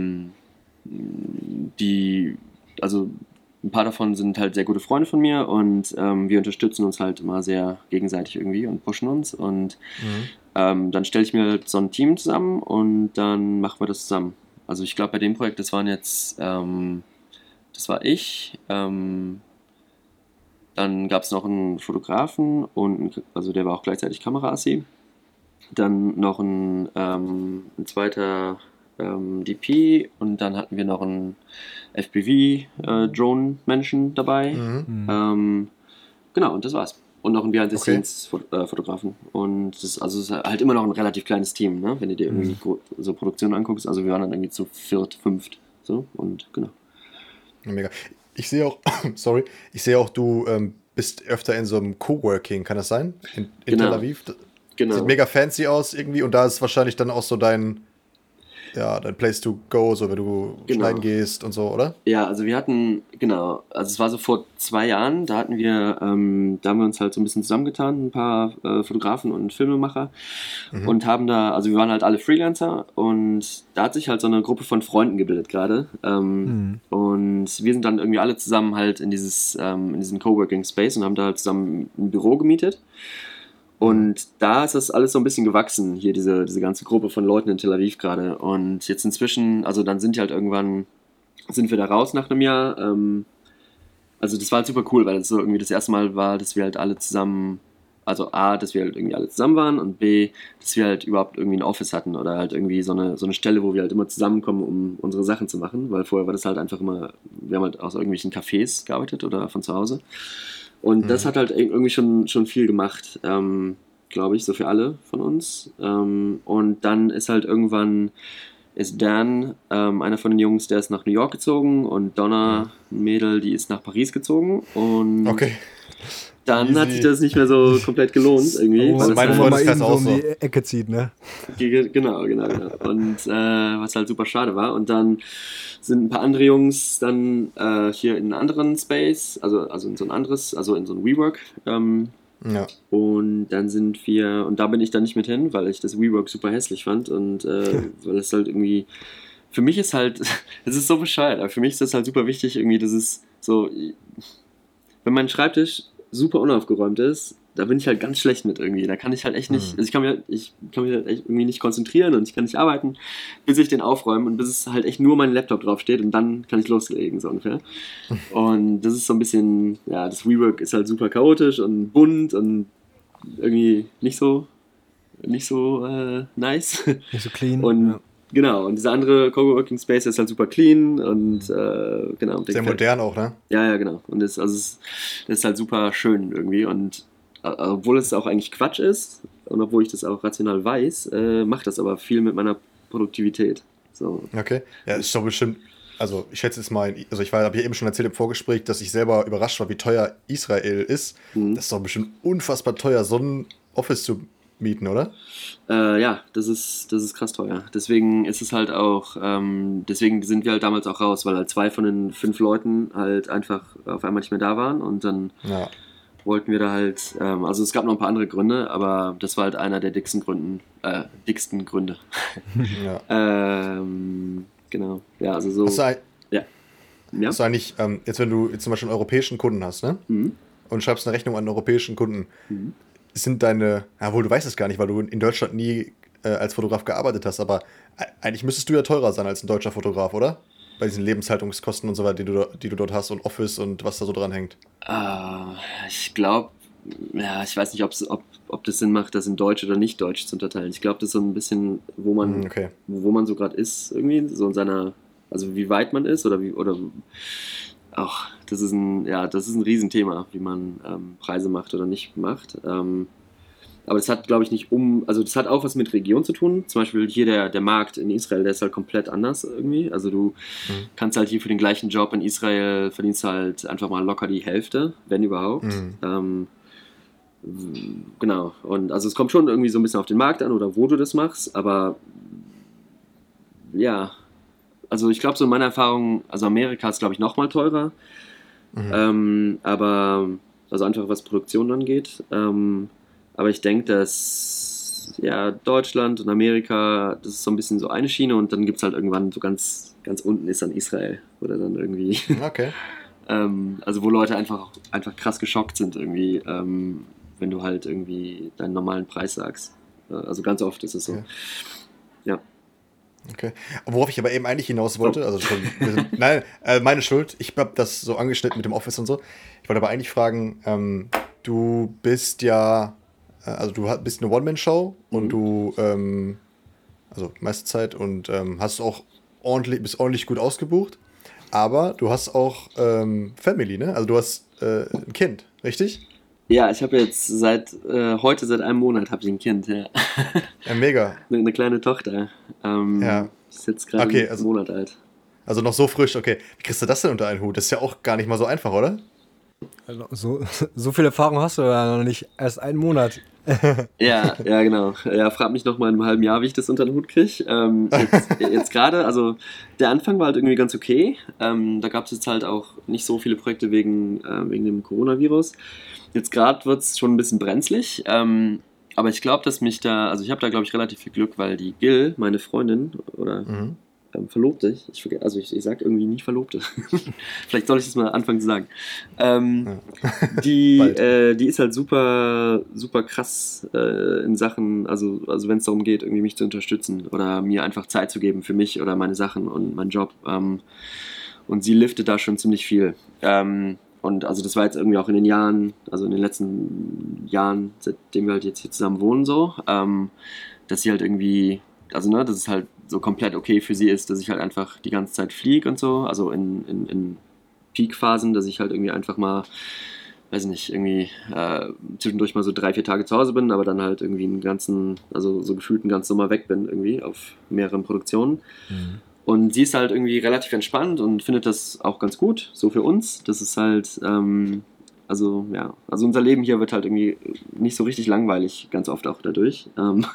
Speaker 2: also ein paar davon sind halt sehr gute Freunde von mir und wir unterstützen uns halt immer sehr gegenseitig irgendwie und pushen uns. Und dann stelle ich mir halt so ein Team zusammen und dann machen wir das zusammen. Also ich glaube bei dem Projekt, das war ich, dann gab es noch einen Fotografen also der war auch gleichzeitig Kameraassi. Dann noch ein zweiter DP und dann hatten wir noch einen FPV-Drone-Menschen dabei. Genau, und das war's. Und noch einen Behind-the-Scenes-Fotografen. Und das ist halt immer noch ein relativ kleines Team, ne? Wenn du dir irgendwie so Produktionen anguckst. Also wir waren dann irgendwie zu 4., 5. So, und genau.
Speaker 1: Mega. Ich sehe auch, du bist öfter in so einem Coworking, kann das sein? In
Speaker 2: Genau.
Speaker 1: Tel Aviv?
Speaker 2: Genau.
Speaker 1: Sieht mega fancy aus irgendwie und da ist wahrscheinlich dann auch so dein Place to go, so wenn du schneiden gehst und so, oder?
Speaker 2: Ja, also es war so vor 2 Jahren, da haben wir uns halt so ein bisschen zusammengetan, ein paar Fotografen und Filmemacher und haben also wir waren halt alle Freelancer und da hat sich halt so eine Gruppe von Freunden gebildet gerade und wir sind dann irgendwie alle zusammen halt in diesen Coworking Space und haben da halt zusammen ein Büro gemietet. Und da ist das alles so ein bisschen gewachsen, hier diese ganze Gruppe von Leuten in Tel Aviv gerade. Und jetzt inzwischen, also dann sind wir da raus nach einem Jahr. Also das war halt super cool, weil es so irgendwie das erste Mal war, dass wir halt alle zusammen, also A, dass wir halt irgendwie alle zusammen waren und B, dass wir halt überhaupt irgendwie ein Office hatten oder halt irgendwie so eine Stelle, wo wir halt immer zusammenkommen, um unsere Sachen zu machen. Weil vorher war das halt einfach immer, wir haben halt aus irgendwelchen Cafés gearbeitet oder von zu Hause. Und das hat halt irgendwie schon viel gemacht, glaube ich, so für alle von uns. Und dann ist halt irgendwann, ist Dan, einer von den Jungs, der ist nach New York gezogen und Donna, ein Mädel, die ist nach Paris gezogen. Und dann hat sich das nicht mehr so komplett gelohnt irgendwie.
Speaker 3: Also meine Freundeskreis auch so um die Ecke zieht, ne?
Speaker 2: Genau. Und was halt super schade war. Und dann sind ein paar andere Jungs dann hier in einen anderen Space, also in so ein anderes, also in so ein WeWork. Und dann sind wir, und da bin ich dann nicht mit hin, weil ich das WeWork super hässlich fand und weil es halt irgendwie, für mich ist halt, es ist so bescheuert, aber für mich ist das halt super wichtig irgendwie, das ist so, wenn mein Schreibtisch super unaufgeräumt ist, da bin ich halt ganz schlecht mit irgendwie. Da kann ich halt echt nicht, also ich kann mich halt echt irgendwie nicht konzentrieren und ich kann nicht arbeiten, bis ich den aufräume und bis es halt echt nur mein Laptop draufsteht und dann kann ich loslegen, so ungefähr. Und das ist so ein bisschen, ja, das WeWork ist halt super chaotisch und bunt und irgendwie nicht so nice.
Speaker 3: Nicht so clean.
Speaker 2: Und genau, und dieser andere Coworking Space ist halt super clean und genau.
Speaker 1: Sehr modern auch, ne?
Speaker 2: Ja, genau. Und das ist halt super schön irgendwie und obwohl es auch eigentlich Quatsch ist und obwohl ich das auch rational weiß, macht das aber viel mit meiner Produktivität. So.
Speaker 1: Okay. Ja, ist doch bestimmt, also ich schätze es mal, also habe ja eben schon erzählt im Vorgespräch, dass ich selber überrascht war, wie teuer Israel ist. Das ist doch bestimmt unfassbar teuer, so ein Office zu mieten, oder?
Speaker 2: Ja, das ist krass teuer. Deswegen ist es halt auch, deswegen sind wir halt damals auch raus, weil halt 2 von den 5 Leuten halt einfach auf einmal nicht mehr da waren und dann wollten wir da halt, also es gab noch ein paar andere Gründe, aber das war halt einer der dicksten Gründe.
Speaker 1: Ja.
Speaker 2: Genau, ja, also so.
Speaker 1: Hast du eigentlich, jetzt wenn du jetzt zum Beispiel einen europäischen Kunden hast, ne? Und schreibst eine Rechnung an einen europäischen Kunden, sind deine, wohl du weißt es gar nicht, weil du in Deutschland nie als Fotograf gearbeitet hast, aber eigentlich müsstest du ja teurer sein als ein deutscher Fotograf, oder? Bei diesen Lebenshaltungskosten und so weiter, die du dort hast und Office und was da so dran hängt.
Speaker 2: Ich glaube, ich weiß nicht, ob das Sinn macht, das in Deutsch oder nicht Deutsch zu unterteilen. Ich glaube, das ist so ein bisschen, wo man so gerade ist, irgendwie, so in seiner, also wie weit man ist oder auch, das ist ein Riesenthema, wie man Preise macht oder nicht macht. Aber das hat, glaube ich, das hat auch was mit Region zu tun. Zum Beispiel hier der Markt in Israel, der ist halt komplett anders irgendwie. Also du kannst halt hier für den gleichen Job in Israel verdienst halt einfach mal locker die Hälfte, wenn überhaupt. Genau. Und also es kommt schon irgendwie so ein bisschen auf den Markt an oder wo du das machst, aber ja, also ich glaube so in meiner Erfahrung, also Amerika ist glaube ich nochmal teurer, aber also einfach was Produktion angeht. Aber ich denke, dass Deutschland und Amerika, das ist so ein bisschen so eine Schiene und dann gibt es halt irgendwann so ganz, ganz unten ist dann Israel oder dann irgendwie.
Speaker 1: Okay.
Speaker 2: Also wo Leute einfach krass geschockt sind irgendwie, wenn du halt irgendwie deinen normalen Preis sagst. Also ganz oft ist es so.
Speaker 1: Okay.
Speaker 2: Ja.
Speaker 1: Okay. Worauf ich aber eben eigentlich hinaus wollte, also schon, meine Schuld, ich habe das so angeschnitten mit dem Office und so. Ich wollte aber eigentlich fragen, du bist ja, also du bist eine One-Man-Show und du, also meiste Zeit und bist ordentlich gut ausgebucht, aber du hast auch Family, ne? Also du hast ein Kind, richtig?
Speaker 2: Ja, ich habe jetzt seit einem Monat habe ich ein Kind, ja.
Speaker 1: Ja, mega.
Speaker 2: Eine kleine Tochter. Ist jetzt gerade einen Monat alt.
Speaker 1: Also noch so frisch, okay. Wie kriegst du das denn unter einen Hut? Das ist ja auch gar nicht mal so einfach, oder?
Speaker 3: Also, so viel Erfahrung hast du ja noch nicht. Erst einen Monat.
Speaker 2: Ja, genau. Ja, frag mich noch mal in einem halben Jahr, wie ich das unter den Hut kriege. Jetzt gerade, also der Anfang war halt irgendwie ganz okay. Da gab es jetzt halt auch nicht so viele Projekte wegen dem Coronavirus. Jetzt gerade wird es schon ein bisschen brenzlig. Aber ich glaube, dass ich habe da, glaube ich, relativ viel Glück, weil die Gil, meine Freundin, oder Verlobte, ich sage irgendwie nie Verlobte. Vielleicht soll ich das mal anfangen zu sagen. Die ist halt super, super krass in Sachen, also wenn es darum geht, irgendwie mich zu unterstützen oder mir einfach Zeit zu geben für mich oder meine Sachen und meinen Job. Und sie liftet da schon ziemlich viel. Und also das war jetzt irgendwie auch in den letzten Jahren, seitdem wir halt jetzt hier zusammen wohnen, so, dass sie halt irgendwie, also ne, dass es halt so komplett okay für sie ist, dass ich halt einfach die ganze Zeit fliege und so, also in Peak-Phasen, dass ich halt irgendwie einfach mal, weiß nicht, irgendwie zwischendurch mal so 3-4 Tage zu Hause bin, aber dann halt irgendwie so gefühlt einen ganzen Sommer weg bin irgendwie auf mehreren Produktionen. Und sie ist halt irgendwie relativ entspannt und findet das auch ganz gut, so für uns. Das ist halt, also unser Leben hier wird halt irgendwie nicht so richtig langweilig, ganz oft auch dadurch.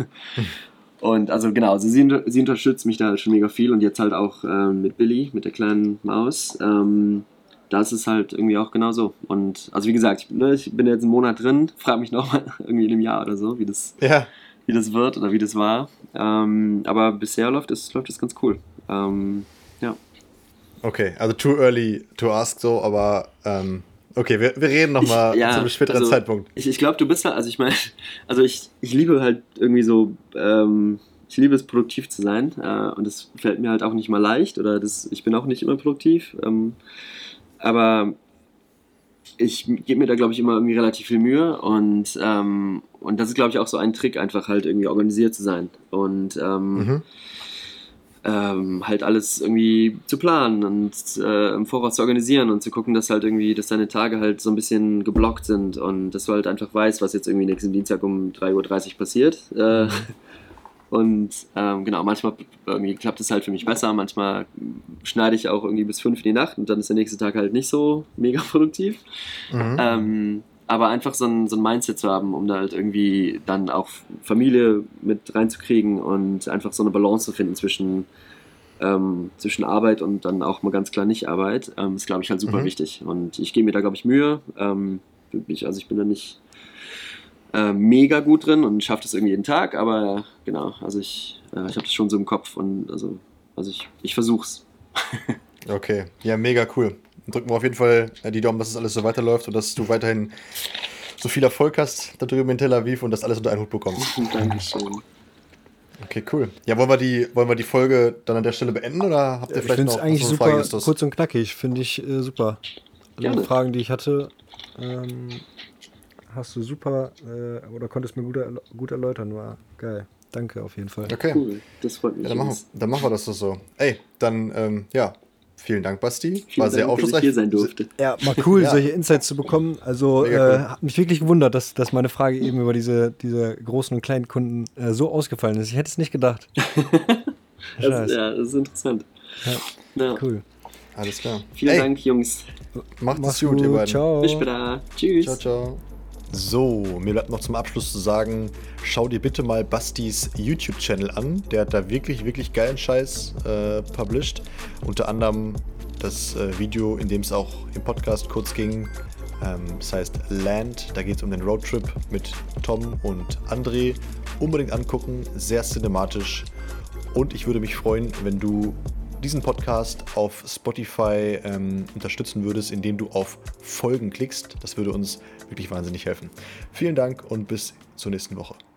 Speaker 2: Und also genau, also sie unterstützt mich da halt schon mega viel und jetzt halt auch mit Billy, mit der kleinen Maus. Da ist es halt irgendwie auch genauso. Und also wie gesagt, ich bin jetzt einen Monat drin, frage mich nochmal irgendwie in einem Jahr oder so, wie das wird oder wie das war. Aber bisher läuft es ganz cool. Ja.
Speaker 1: Okay, also too early to ask so, aber okay, wir reden nochmal zu einem späteren Zeitpunkt.
Speaker 2: Ich glaube, du bist halt, also ich meine, also ich liebe halt irgendwie so, ich liebe es, produktiv zu sein und das fällt mir halt auch nicht mal leicht oder ich bin auch nicht immer produktiv, aber ich gebe mir da, glaube ich, immer irgendwie relativ viel Mühe und das ist, glaube ich, auch so ein Trick, einfach halt irgendwie organisiert zu sein und halt alles irgendwie zu planen und im Voraus zu organisieren und zu gucken, dass deine Tage halt so ein bisschen geblockt sind und dass du halt einfach weißt, was jetzt irgendwie nächsten Dienstag um 3:30 Uhr passiert. Und genau, manchmal irgendwie klappt es halt für mich besser, manchmal schneide ich auch irgendwie bis 5 in die Nacht und dann ist der nächste Tag halt nicht so mega produktiv. aber einfach so ein Mindset zu haben, um da halt irgendwie dann auch Familie mit reinzukriegen und einfach so eine Balance zu finden zwischen Arbeit und dann auch mal ganz klar nicht Arbeit, ist, glaube ich, halt super wichtig. Und ich gebe mir da, glaube ich, Mühe. Ich bin da nicht mega gut drin und schaffe das irgendwie jeden Tag, aber genau, also ich habe das schon so im Kopf und also ich versuch's.
Speaker 1: Okay, ja, mega cool. Drücken wir auf jeden Fall die Daumen, dass es alles so weiterläuft und dass du weiterhin so viel Erfolg hast da drüben in Tel Aviv und das alles unter einen Hut bekommst.
Speaker 2: Dankeschön.
Speaker 1: Okay, cool. Ja, wollen wir die Folge dann an der Stelle beenden oder habt ihr vielleicht noch
Speaker 3: eigentlich
Speaker 1: eine
Speaker 3: super
Speaker 1: Frage? Ist das
Speaker 3: kurz und knackig, finde ich super. Alle Fragen, die ich hatte, hast du super oder konntest mir gut erläutern, war geil. Danke auf jeden Fall.
Speaker 1: Okay.
Speaker 2: Cool, das freut mich.
Speaker 1: Ja, dann machen wir das so. Ey, dann, vielen Dank, Basti. War sehr aufschlussreich.
Speaker 2: Dass ich hier sein durfte.
Speaker 3: Ja, mal cool, solche Insights zu bekommen. Also
Speaker 1: cool.
Speaker 3: hat mich wirklich gewundert, dass meine Frage eben über diese großen und kleinen Kunden so ausgefallen ist. Ich hätte es nicht gedacht.
Speaker 2: Das ist interessant.
Speaker 3: Ja. Cool.
Speaker 1: Alles klar.
Speaker 2: Vielen Dank, Jungs.
Speaker 1: Macht's gut, ihr beiden.
Speaker 3: Ciao.
Speaker 2: Bis später. Tschüss.
Speaker 1: Ciao, ciao. So, mir bleibt noch zum Abschluss zu sagen, schau dir bitte mal Bastis YouTube-Channel an. Der hat da wirklich, wirklich geilen Scheiß published. Unter anderem das Video, in dem es auch im Podcast kurz ging. Das heißt Land, da geht es um den Roadtrip mit Tom und André. Unbedingt angucken, sehr cinematisch. Und ich würde mich freuen, wenn du diesen Podcast auf Spotify unterstützen würdest, indem du auf Folgen klickst. Das würde uns wirklich wahnsinnig helfen. Vielen Dank und bis zur nächsten Woche.